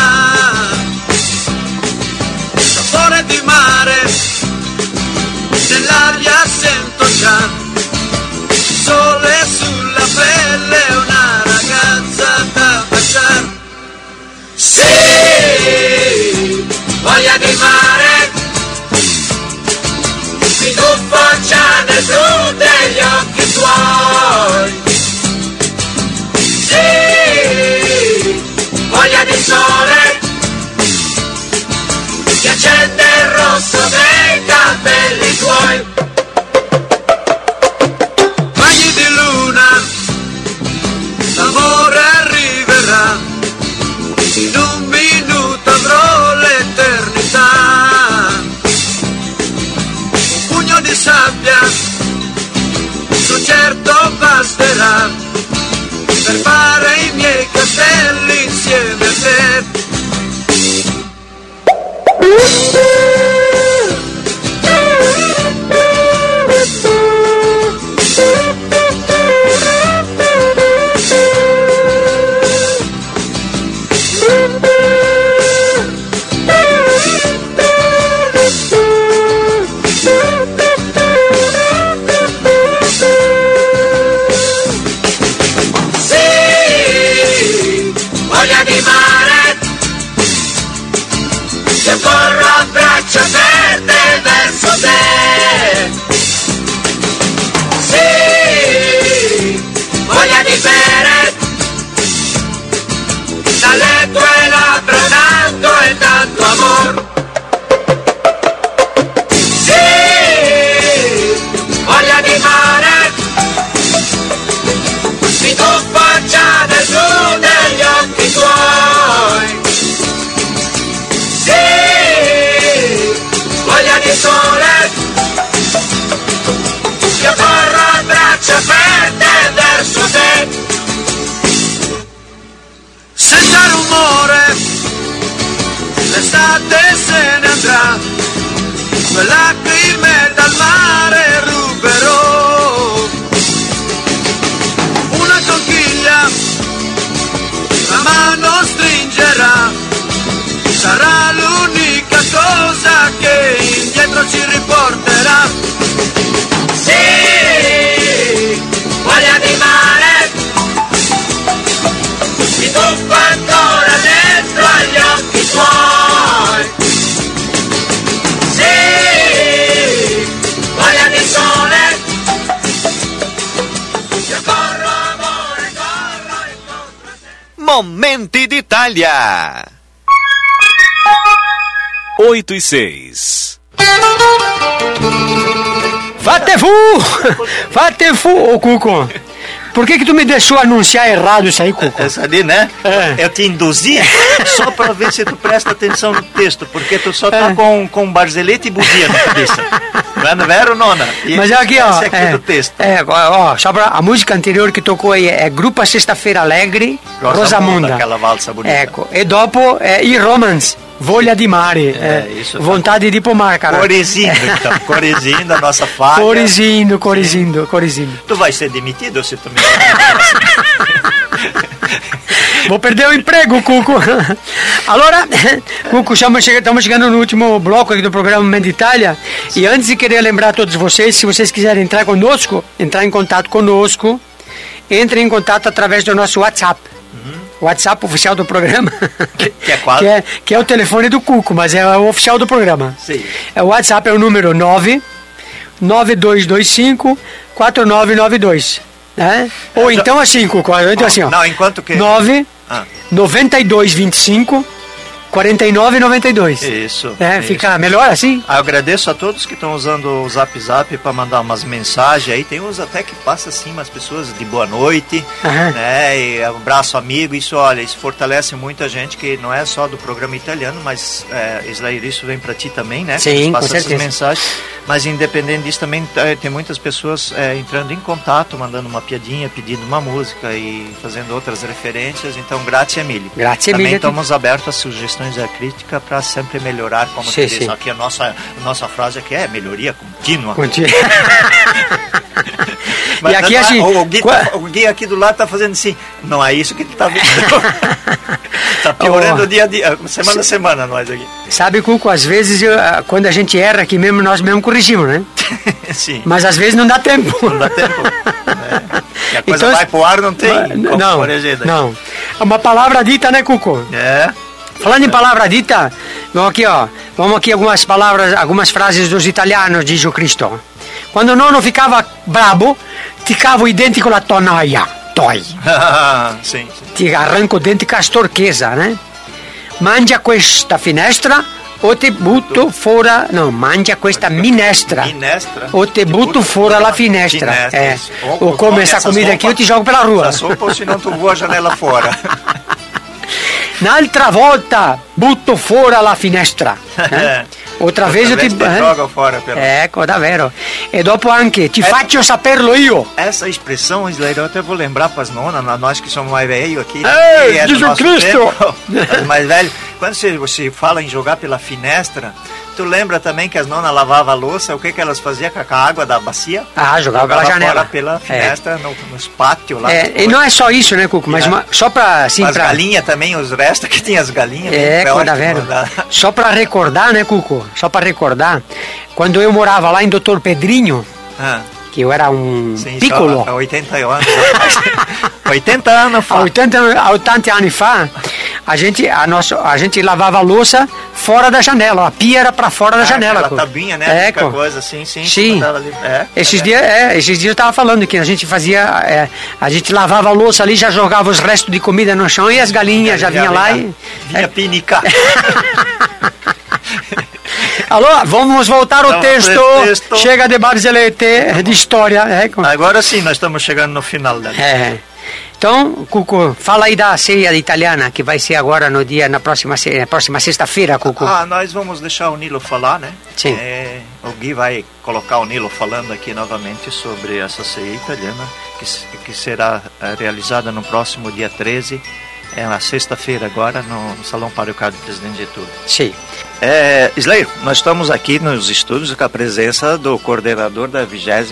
Sapore di mare, nell'aria sento già, sole sulla pelle, una ragazza da baciare. Sì, voglia di mare, mi tuffa già nel blu degli occhi tuoi. Sì, voglia di sole, che accende il rosso dei capelli tuoi. sabbia, non certo basterà per fare i miei castelli insieme a te. Io corro a braccia aperte verso te. Sì, voglia di bere dalle tue labbra tanto e tanto amor. Sì, voglia di mare, mi tuffa già nel blu degli occhi tuoi. Voglia di sole, io corro a braccia aperte verso te. Senza rumore, l'estate se ne andrà, quelle lacrime dal mare ruberò. Una conchiglia, la mano stringerà, sarà l'unica cosa che indietro ci riporterà. Sì, voglia di mare, mi tuffa ancora dentro agli occhi tuoi. Sì, voglia di sole, io corro amore, corro incontro a te.
Momenti d'Italia.
8 e 6.
Fate fu, ô Cuco. Por que tu me deixou anunciar errado isso aí, Cuco?
Essa ali, né? Eu te induzi só para ver se tu presta atenção no texto, porque tu só tá com barzelete e bugia na cabeça. Não é vero, nona? E
mas aqui, ó,
aqui do texto.
Ó, só pra, a música anterior que tocou aí é Grupo Sexta-feira Alegre, Rosamunda.
Aquela valsa bonita.
Ecco, e dopo i Romance, Voglia di Mare,
isso,
vontade de ir pro mar, cara.
Corezindo, então, corezindo da nossa faixa.
Corezindo.
Tu vai ser demitido se tu me
Vou perder o emprego, Cuco. Allora, Cuco, estamos chegando no último bloco aqui do programa Momento Itália. E antes de querer lembrar a todos vocês, se vocês quiserem entrar em contato conosco, entrem em contato através do nosso WhatsApp. O WhatsApp oficial do programa.
Que é qual?
Que é o telefone do Cuco, mas é o oficial do programa.
Sim.
O WhatsApp é o número 99225 4992. Né? Ou então assim, Cuco, então assim, ó.
Não, enquanto que
9225 4992.
Isso.
Fica melhor assim?
Eu agradeço a todos que estão usando o Zap para mandar umas mensagens aí. Tem uns até que passa assim, umas pessoas de boa noite, né? E abraço amigo. Isso, olha, isso fortalece muito a gente, que não é só do programa italiano, mas Islair, isso vem para ti também, né?
Sim,
passa
com certeza.
essas mensagens. Mas independente disso também tem muitas pessoas entrando em contato, mandando uma piadinha, pedindo uma música e fazendo outras referências. Então, grazie mille.
Grazie
também
mille.
estamos abertos a sugestões e a crítica para sempre melhorar, como
sim,
diz aqui a nossa frase aqui é melhoria contínua. Mas
e aqui assim,
o Gui aqui do lado tá fazendo assim, não é isso que tu tá vendo. Tá piorando dia a dia, semana a semana nós aqui.
Sabe, Cuco, às vezes quando a gente erra aqui mesmo, nós mesmo corrigimos, né?
Sim.
Mas às vezes não dá tempo.
Não dá tempo. E a coisa então, vai pro ar, não tem como corrigir.
Não. É uma palavra dita, né, Cuco? Falando em palavra dita, vamos aqui algumas frases dos italianos, diz o Cristo. Quando o nonno ficava bravo, ficava i denti con la tonnaia.
Sim.
Ti arranco i denti con la storchesa, né? Mangia questa finestra o te butto fuori. No, mangia questa minestra. O te butto fuori la finestra. Ou come essa comida aqui, eu te jogo pela rua.
Essa sopa, ou senão tu voa a janela fora.
Un'altra volta butto fuori la finestra. outra vez eu ti
joga fora pela...
Ecco, davvero. E dopo anche ti faccio saperlo io.
Essa expressão, Slayer, eu até vou lembrar para as nonas, nós que somos mais velhos aqui.
Ei, Jesus Cristo!
Os mais velhos. Quando você fala em jogar pela finestra, tu lembra também que as nonas lavavam a louça, o que elas faziam com a água da bacia?
Jogava pela janela.
Fora pela finestra, nos pátios lá.
E não é só isso, né, Cuco? Mas só para... Assim,
as galinhas também, os restos que tinha as galinhas.
Davvero. Só para recordar, né, Cuco? Só para recordar, quando eu morava lá em Dr. Pedrinho, que eu era um piccolo.
Há 80 anos. 80 anos fa.
80 anni fa, a gente lavava a louça fora da janela. A pia era para fora da janela.
Aquela tabinha, né? Qualquer coisa assim, sim.
Esses dias eu tava falando que a gente fazia, a gente lavava a louça ali, já jogava os restos de comida no chão e as galinhas já vinham lá e...
Vinha pinicar.
Alô, vamos voltar ao texto. Chega de barzellette, de história.
Agora sim, nós estamos chegando no final da
Então, Cuco, fala aí da ceia italiana, que vai ser agora na próxima sexta-feira, Cuco.
Nós vamos deixar o Nilo falar, né?
Sim.
O Gui vai colocar o Nilo falando aqui novamente sobre essa ceia italiana, que será realizada no próximo dia 13, na sexta-feira agora, no Salão Paroquial do Presidente Getúlio.
Sim.
Slayer, nós estamos aqui nos estúdios com a presença do coordenador da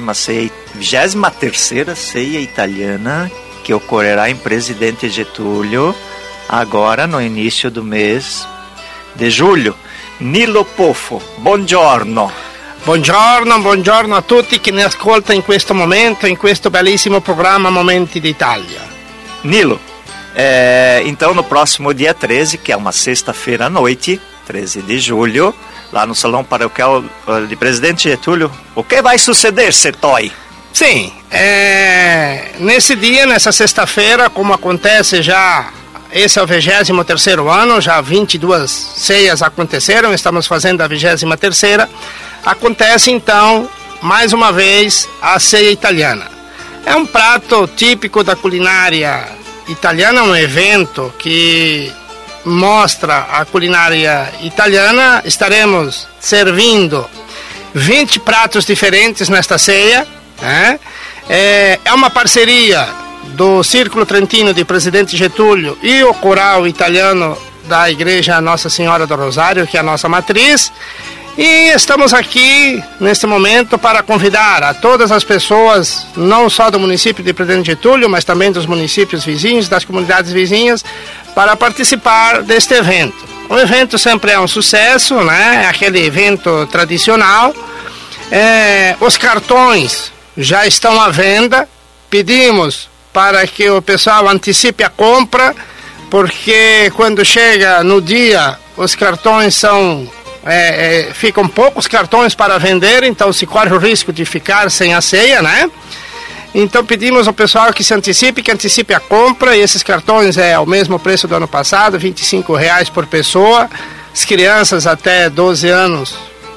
23ª ceia italiana, que ocorrerá em Presidente Getúlio, agora no início do mês de julho. Nilo Poffo, buongiorno.
Buongiorno a tutti che ne ascoltano in questo momento, in questo bellissimo programma Momenti d'Italia.
Nilo, então no próximo dia 13, que é uma sexta-feira à noite, 13 de julho, lá no Salão Paroquial de Presidente Getúlio, o que vai suceder, Setoi?
Sim, nesse dia, nessa sexta-feira, como acontece já, esse é o 23º ano, já 22 ceias aconteceram, estamos fazendo a 23ª, acontece então, mais uma vez, a ceia italiana. É um prato típico da culinária italiana, um evento que mostra a culinária italiana. Estaremos servindo 20 pratos diferentes nesta ceia. É uma parceria do Círculo Trentino de Presidente Getúlio e o coral italiano da Igreja Nossa Senhora do Rosário, que é a nossa matriz. E estamos aqui, neste momento, para convidar a todas as pessoas, não só do município de Presidente Getúlio, mas também dos municípios vizinhos, das comunidades vizinhas, para participar deste evento. O evento sempre é um sucesso, né? É aquele evento tradicional. Os cartões já estão à venda. Pedimos para que o pessoal antecipe a compra, porque quando chega no dia, os cartões ficam poucos cartões para vender, então se corre o risco de ficar sem a ceia, né? Então pedimos ao pessoal que antecipe a compra, e esses cartões é o mesmo preço do ano passado, R$ 25,00 por pessoa. As crianças até 12 anos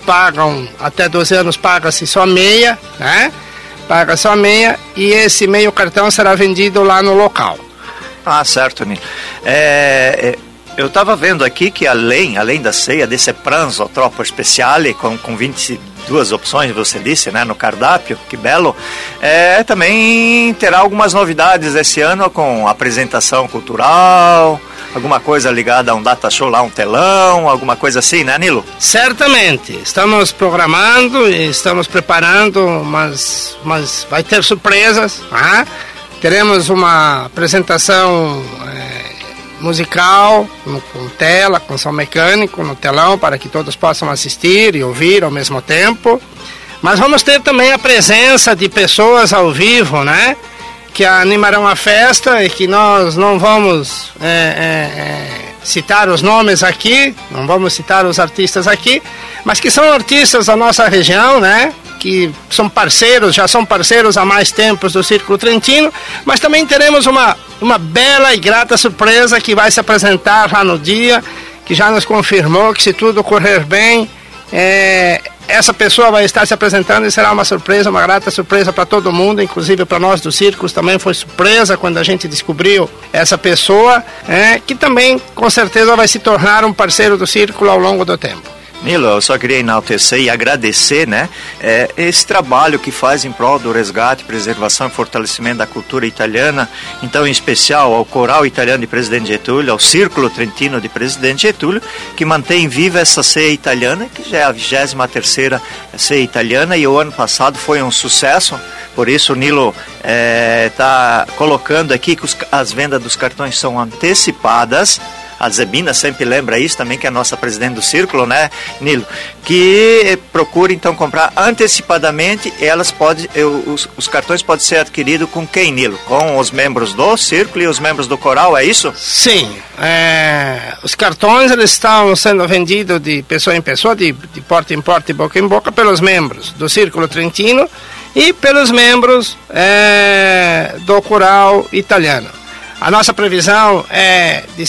paga-se só meia, né? Paga só meia, e esse meio cartão será vendido lá no local.
Certo, Nilo. Eu estava vendo aqui que além da ceia, desse pranzo troppo speciale, com 22 opções, você disse, né, no cardápio, que belo, também terá algumas novidades esse ano, com apresentação cultural, alguma coisa ligada a um data show lá, um telão, alguma coisa assim, né, Nilo?
Certamente, estamos programando e estamos preparando, mas vai ter surpresas, né? Teremos uma apresentação musical, com tela, com som mecânico no telão, para que todos possam assistir e ouvir ao mesmo tempo. Mas vamos ter também a presença de pessoas ao vivo, né? Que animarão a festa, e que nós não vamos citar os nomes aqui, não vamos citar os artistas aqui, mas que são artistas da nossa região, né? Que são parceiros, já são parceiros há mais tempos do Círculo Trentino, mas também teremos uma bela e grata surpresa que vai se apresentar lá no dia, que já nos confirmou que, se tudo correr bem, essa pessoa vai estar se apresentando, e será uma surpresa, uma grata surpresa para todo mundo, inclusive para nós do Círculos. Também foi surpresa quando a gente descobriu essa pessoa, que também com certeza vai se tornar um parceiro do Círculo ao longo do tempo.
Nilo, eu só queria enaltecer e agradecer, né, esse trabalho que faz em prol do resgate, preservação e fortalecimento da cultura italiana, então em especial ao Coral Italiano de Presidente Getúlio, ao Círculo Trentino de Presidente Getúlio, que mantém viva essa ceia italiana, que já é a 23ª ceia italiana, e o ano passado foi um sucesso. Por isso o Nilo está colocando aqui que as vendas dos cartões são antecipadas. A Zebina sempre lembra isso também, que é a nossa presidente do Círculo, né, Nilo? Que procure então comprar antecipadamente. Os cartões podem ser adquiridos com quem, Nilo? Com os membros do Círculo e os membros do Coral, é isso?
Sim. Os cartões eles estão sendo vendidos de pessoa em pessoa, de porta em porta e boca em boca, pelos membros do Círculo Trentino e pelos membros do Coral Italiano. A nossa previsão é de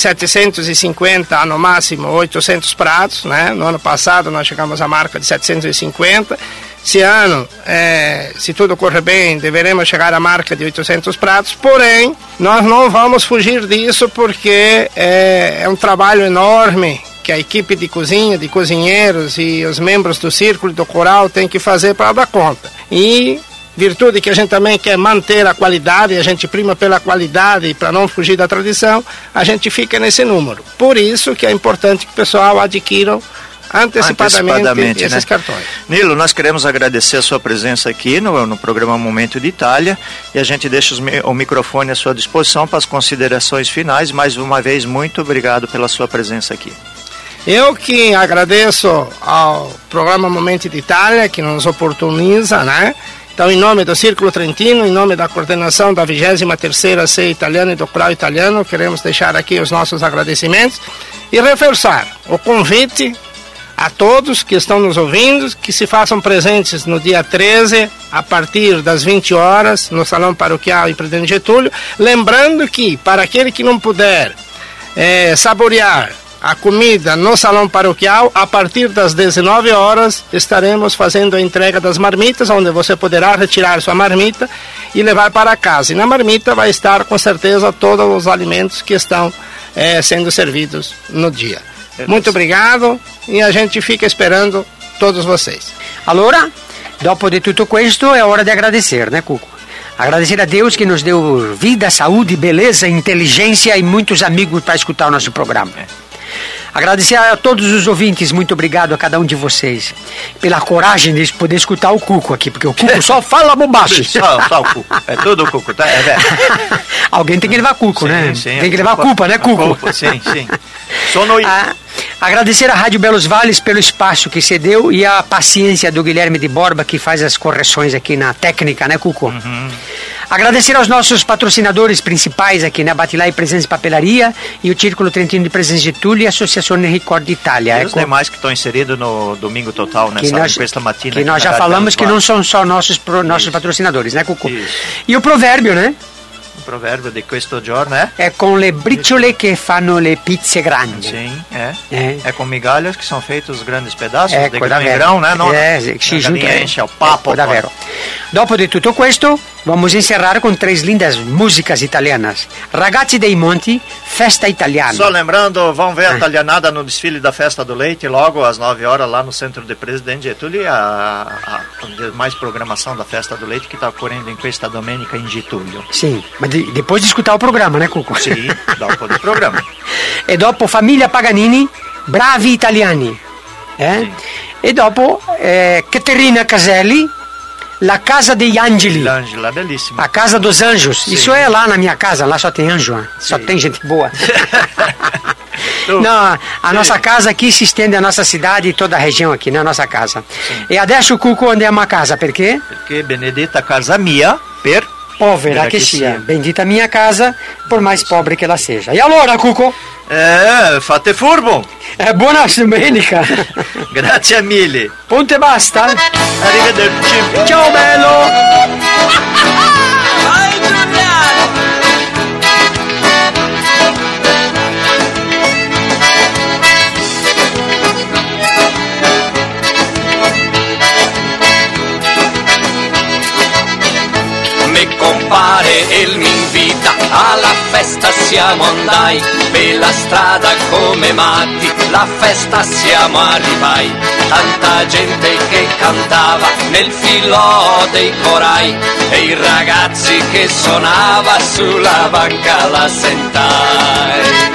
750 a no máximo 800 pratos, né? No ano passado nós chegamos à marca de 750. Esse ano, se tudo correr bem, deveremos chegar à marca de 800 pratos, porém, nós não vamos fugir disso porque é um trabalho enorme que a equipe de cozinha, de cozinheiros e os membros do Círculo e do Coral têm que fazer para dar conta. E virtude que a gente também quer manter a qualidade, a gente prima pela qualidade e para não fugir da tradição, a gente fica nesse número. Por isso que é importante que o pessoal adquiram antecipadamente esses, né, cartões.
Nilo, nós queremos agradecer a sua presença aqui no programa Momento de Itália, e a gente deixa o microfone à sua disposição para as considerações finais. Mais uma vez, muito obrigado pela sua presença aqui.
Eu que agradeço ao programa Momento de Itália, que nos oportuniza, né? Então, em nome do Círculo Trentino, em nome da coordenação da 23ª Ceia Italiana e do Coral Italiano, queremos deixar aqui os nossos agradecimentos e reforçar o convite a todos que estão nos ouvindo, que se façam presentes no dia 13, a partir das 20 horas, no Salão Paroquial em Presidente Getúlio. Lembrando que, para aquele que não puder saborear a comida no Salão Paroquial, a partir das 19 horas estaremos fazendo a entrega das marmitas, onde você poderá retirar sua marmita e levar para casa. E na marmita vai estar com certeza todos os alimentos que estão sendo servidos no dia. Muito obrigado e a gente fica esperando todos vocês.
Allora, dopo di tutto questo è ora di agradecer, né, Cuco? Agradecer a Deus que nos deu vida, saúde, beleza, inteligência e muitos amigos para escutar o nosso programa. Agradecer a todos os ouvintes, muito obrigado a cada um de vocês pela coragem de poder escutar o Cuco aqui, porque o Cuco só fala bobagem.
Só o Cuco, é tudo o Cuco, tá?
Alguém tem que levar Cuco,
sim,
né?
Sim,
tem que levar a culpa, né, Cuco?
Sim.
Agradecer à Rádio Belos Vales pelo espaço que cedeu e a paciência do Guilherme de Borba, que faz as correções aqui na técnica, né, Cuco?
Uhum.
Agradecer aos nossos patrocinadores principais aqui, né, Batilai Presença e Papelaria e o Círculo Trentino de Presença Getúlio e a Associação Record Itália.
E os demais que estão inseridos no Domingo Total, nessa Questa Mattina.
Que nós já falamos que não são só nossos patrocinadores, né, Cuco?
Isso.
E o provérbio, né?
O provérbio di questo giorno è?
È con le briciole che fanno le pizze grandi.
Sim, é com migalhas que são feitos os grandes pedaços de grão
davvero.
em grão, né?
Non si
enche ao papo.
Davvero. Dopo di tutto questo, vamos encerrar con 3 lindas músicas italianas. Ragazzi dei Monti, Festa Italiana.
Só lembrando, vão ver a italianada no desfile da Festa do Leite, logo às 9 horas lá no Centro de Presidente Getúlio, e a mais programação da Festa do Leite que está ocorrendo em questa domenica in Getúlio.
Sim, mas depois de escutar o programa, né, Cuco?
Sim, dopo do programa.
E dopo Famiglia Paganini, Bravi Italiani. E dopo Caterina Caselli, La Casa degli Angeli.
L'Angela, bellissima.
A Casa dos Anjos.
Sim.
Isso é lá na minha casa, lá só tem anjo, só tem gente boa. Não, a nossa casa aqui se estende a nossa cidade e toda a região aqui, né? A nossa casa. Sim. E adesso, Cuco, andiamo a casa, perché?
Perché benedetta casa mia per
povera che sia. Bendita a minha casa, por mais pobre que ela seja. E allora, Cuco?
Fate furbo.
Buona domenica.
Grazie mille.
Ponte basta.
Arrivederci.
Ciao bello.
Mi compare, él me invita alla festa siamo andai, per la strada come matti, la festa siamo arrivai, tanta gente che cantava nel filo dei corai, e i ragazzi che suonava sulla banca la sentai.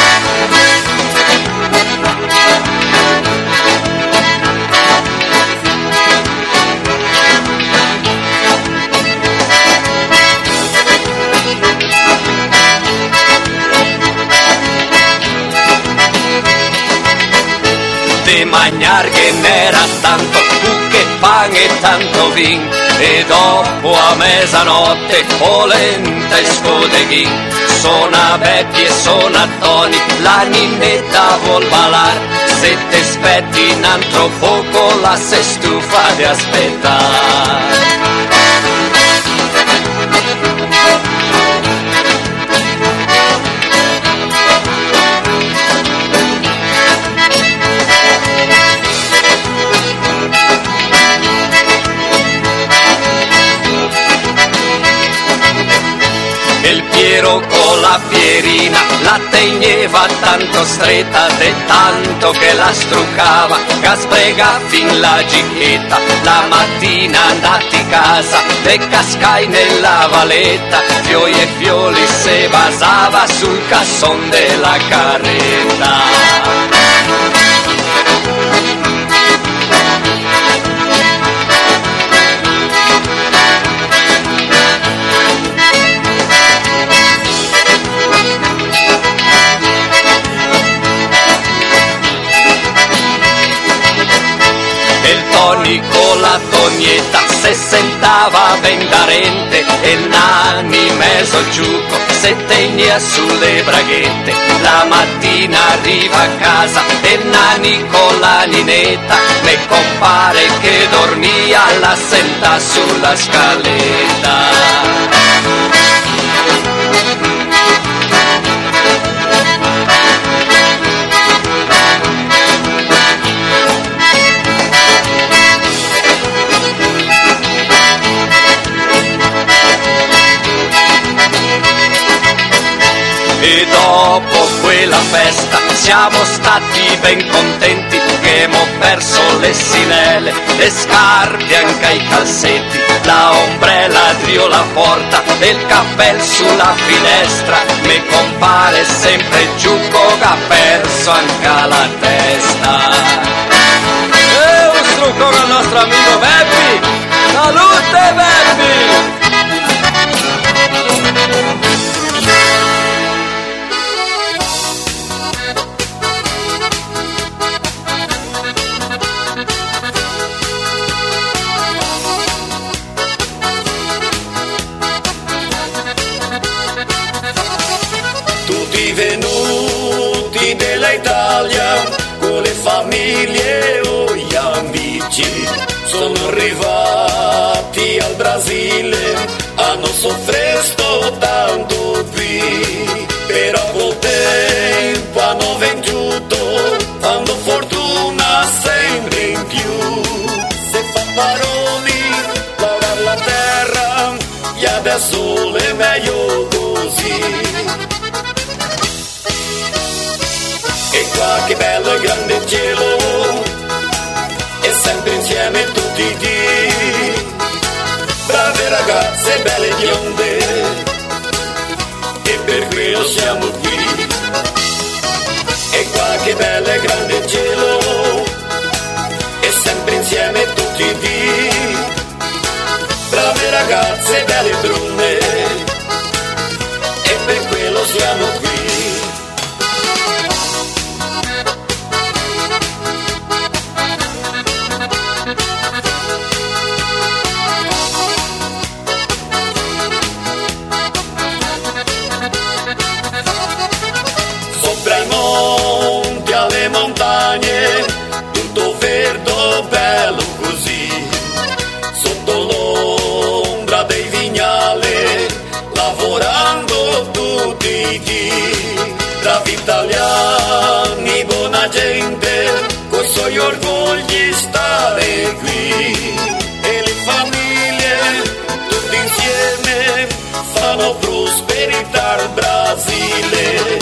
De mangiar che n'era tanto, che pane e tanto vin, e dopo a mezzanotte polenta e scodeghin. Sona Betti e sona Toni, la ninnetta vuol ballar, se te aspetti un altro poco la se stufa di aspettare. Il Piero con la Pierina la teneva tanto stretta, de tanto che la struccava, che sprega fin la gichetta. La mattina andati a casa, e cascai nella valetta, fioi e fioli se basava sul casson della carretta. Toni con la Tonietta se sentava ben carente, e il Nani mezzo giuco se tenia sulle braghette. La mattina arriva a casa e il Nani con la ninetta, me compare che dormia, la senta sulla scaletta. E dopo quella festa siamo stati ben contenti, che abbiamo perso le sinelle, le scarpe anche i calzetti, la ombrella trio la porta, e il cappello sulla finestra, mi compare sempre Giucco che ha perso anche la testa. E un strucco al nostro amico Beppi, salute Beppi!
Venuti dall'Italia con le famiglie o gli amici, sono arrivati al Brasile, hanno sofferto tanto qui, però col tempo hanno venduto, fanno fortuna sempre in più. Se fa paroli, lavorare la terra, e adesso è meglio così. E qua che bello e grande cielo, e sempre insieme tutti i dì, brave ragazze belle bionde, e per quello siamo qui. E qua che bello e grande cielo, e sempre insieme tutti i dì, brave ragazze belle brune, e per quello siamo qui. Montagne, tutto verde bello così, sotto l'ombra dei vignali, lavorando tutti i dì, bravi italiani, buona gente, coi suoi orgogli stare qui, e le famiglie tutte insieme
fanno prosperità Brasile.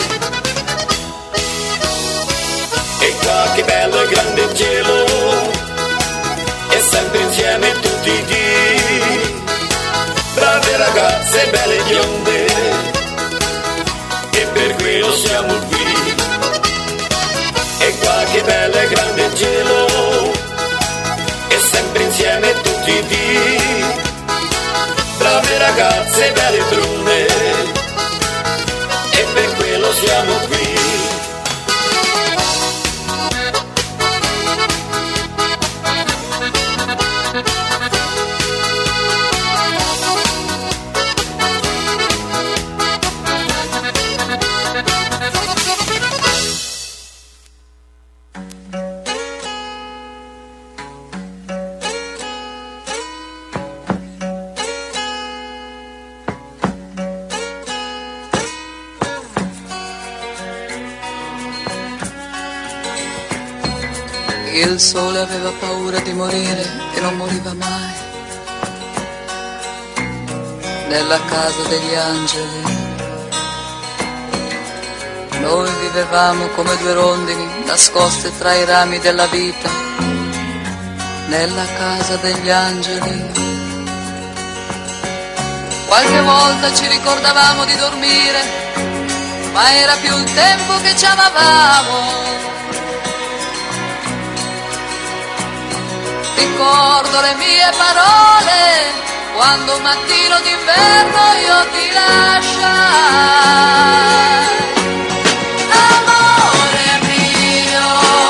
E qua che bello e grande cielo, e sempre insieme tutti i dì, brave ragazze belle bionde, e per quello siamo qui. E qua che bello e grande cielo, e sempre insieme tutti i dì, brave ragazze belle brune, e per quello siamo qui.
Il sole aveva paura di morire e non moriva mai. Nella casa degli angeli noi vivevamo come due rondini nascoste tra i rami della vita. Nella casa degli angeli qualche volta ci ricordavamo di dormire, ma era più il tempo che ci amavamo. Ricordo le mie parole quando un mattino d'inverno io ti lasciai. Amore mio,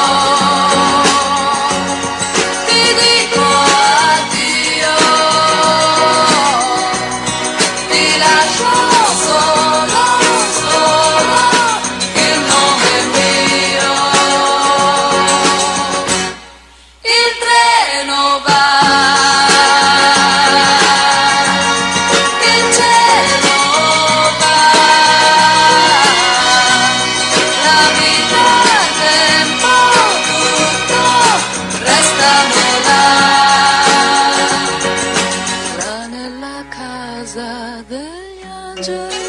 ti dico addio, ti lascio solo, solo il nome mio. Il treno va, il cielo va, la vita, il tempo, tutto restano là nella casa degli angeli.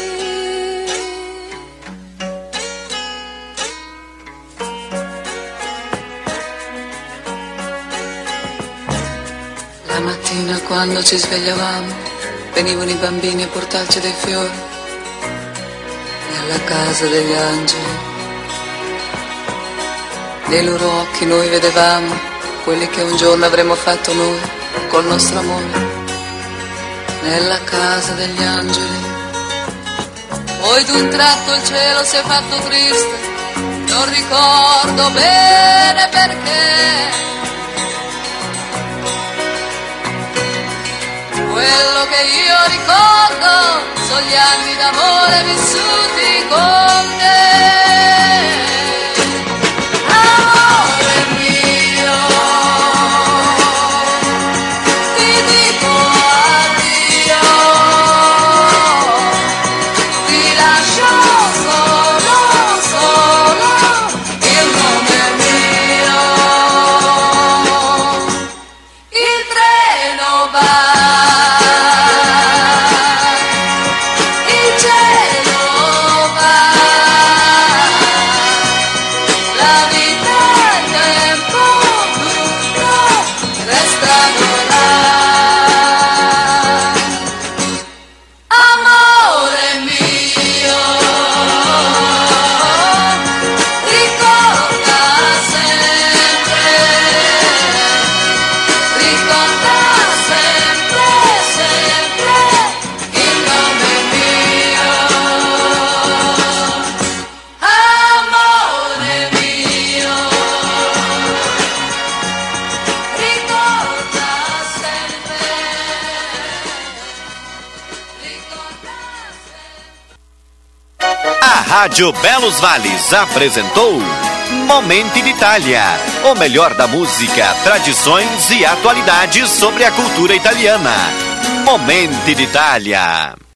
La mattina quando ci svegliavamo venivano i bambini a portarci dei fiori nella casa degli angeli. Nei loro occhi noi vedevamo quelli che un giorno avremmo fatto noi col nostro amore nella casa degli angeli. Poi d'un tratto il cielo si è fatto triste, non ricordo bene perché. Quello che io ricordo sono gli anni d'amore vissuti con te. Amore mio, ti dico addio, ti lascio solo, solo il nome mio. Il treno va,
Rádio Belos Vales apresentou Momenti d'Italia, o melhor da música, tradições e atualidades sobre a cultura italiana. Momenti d'Italia.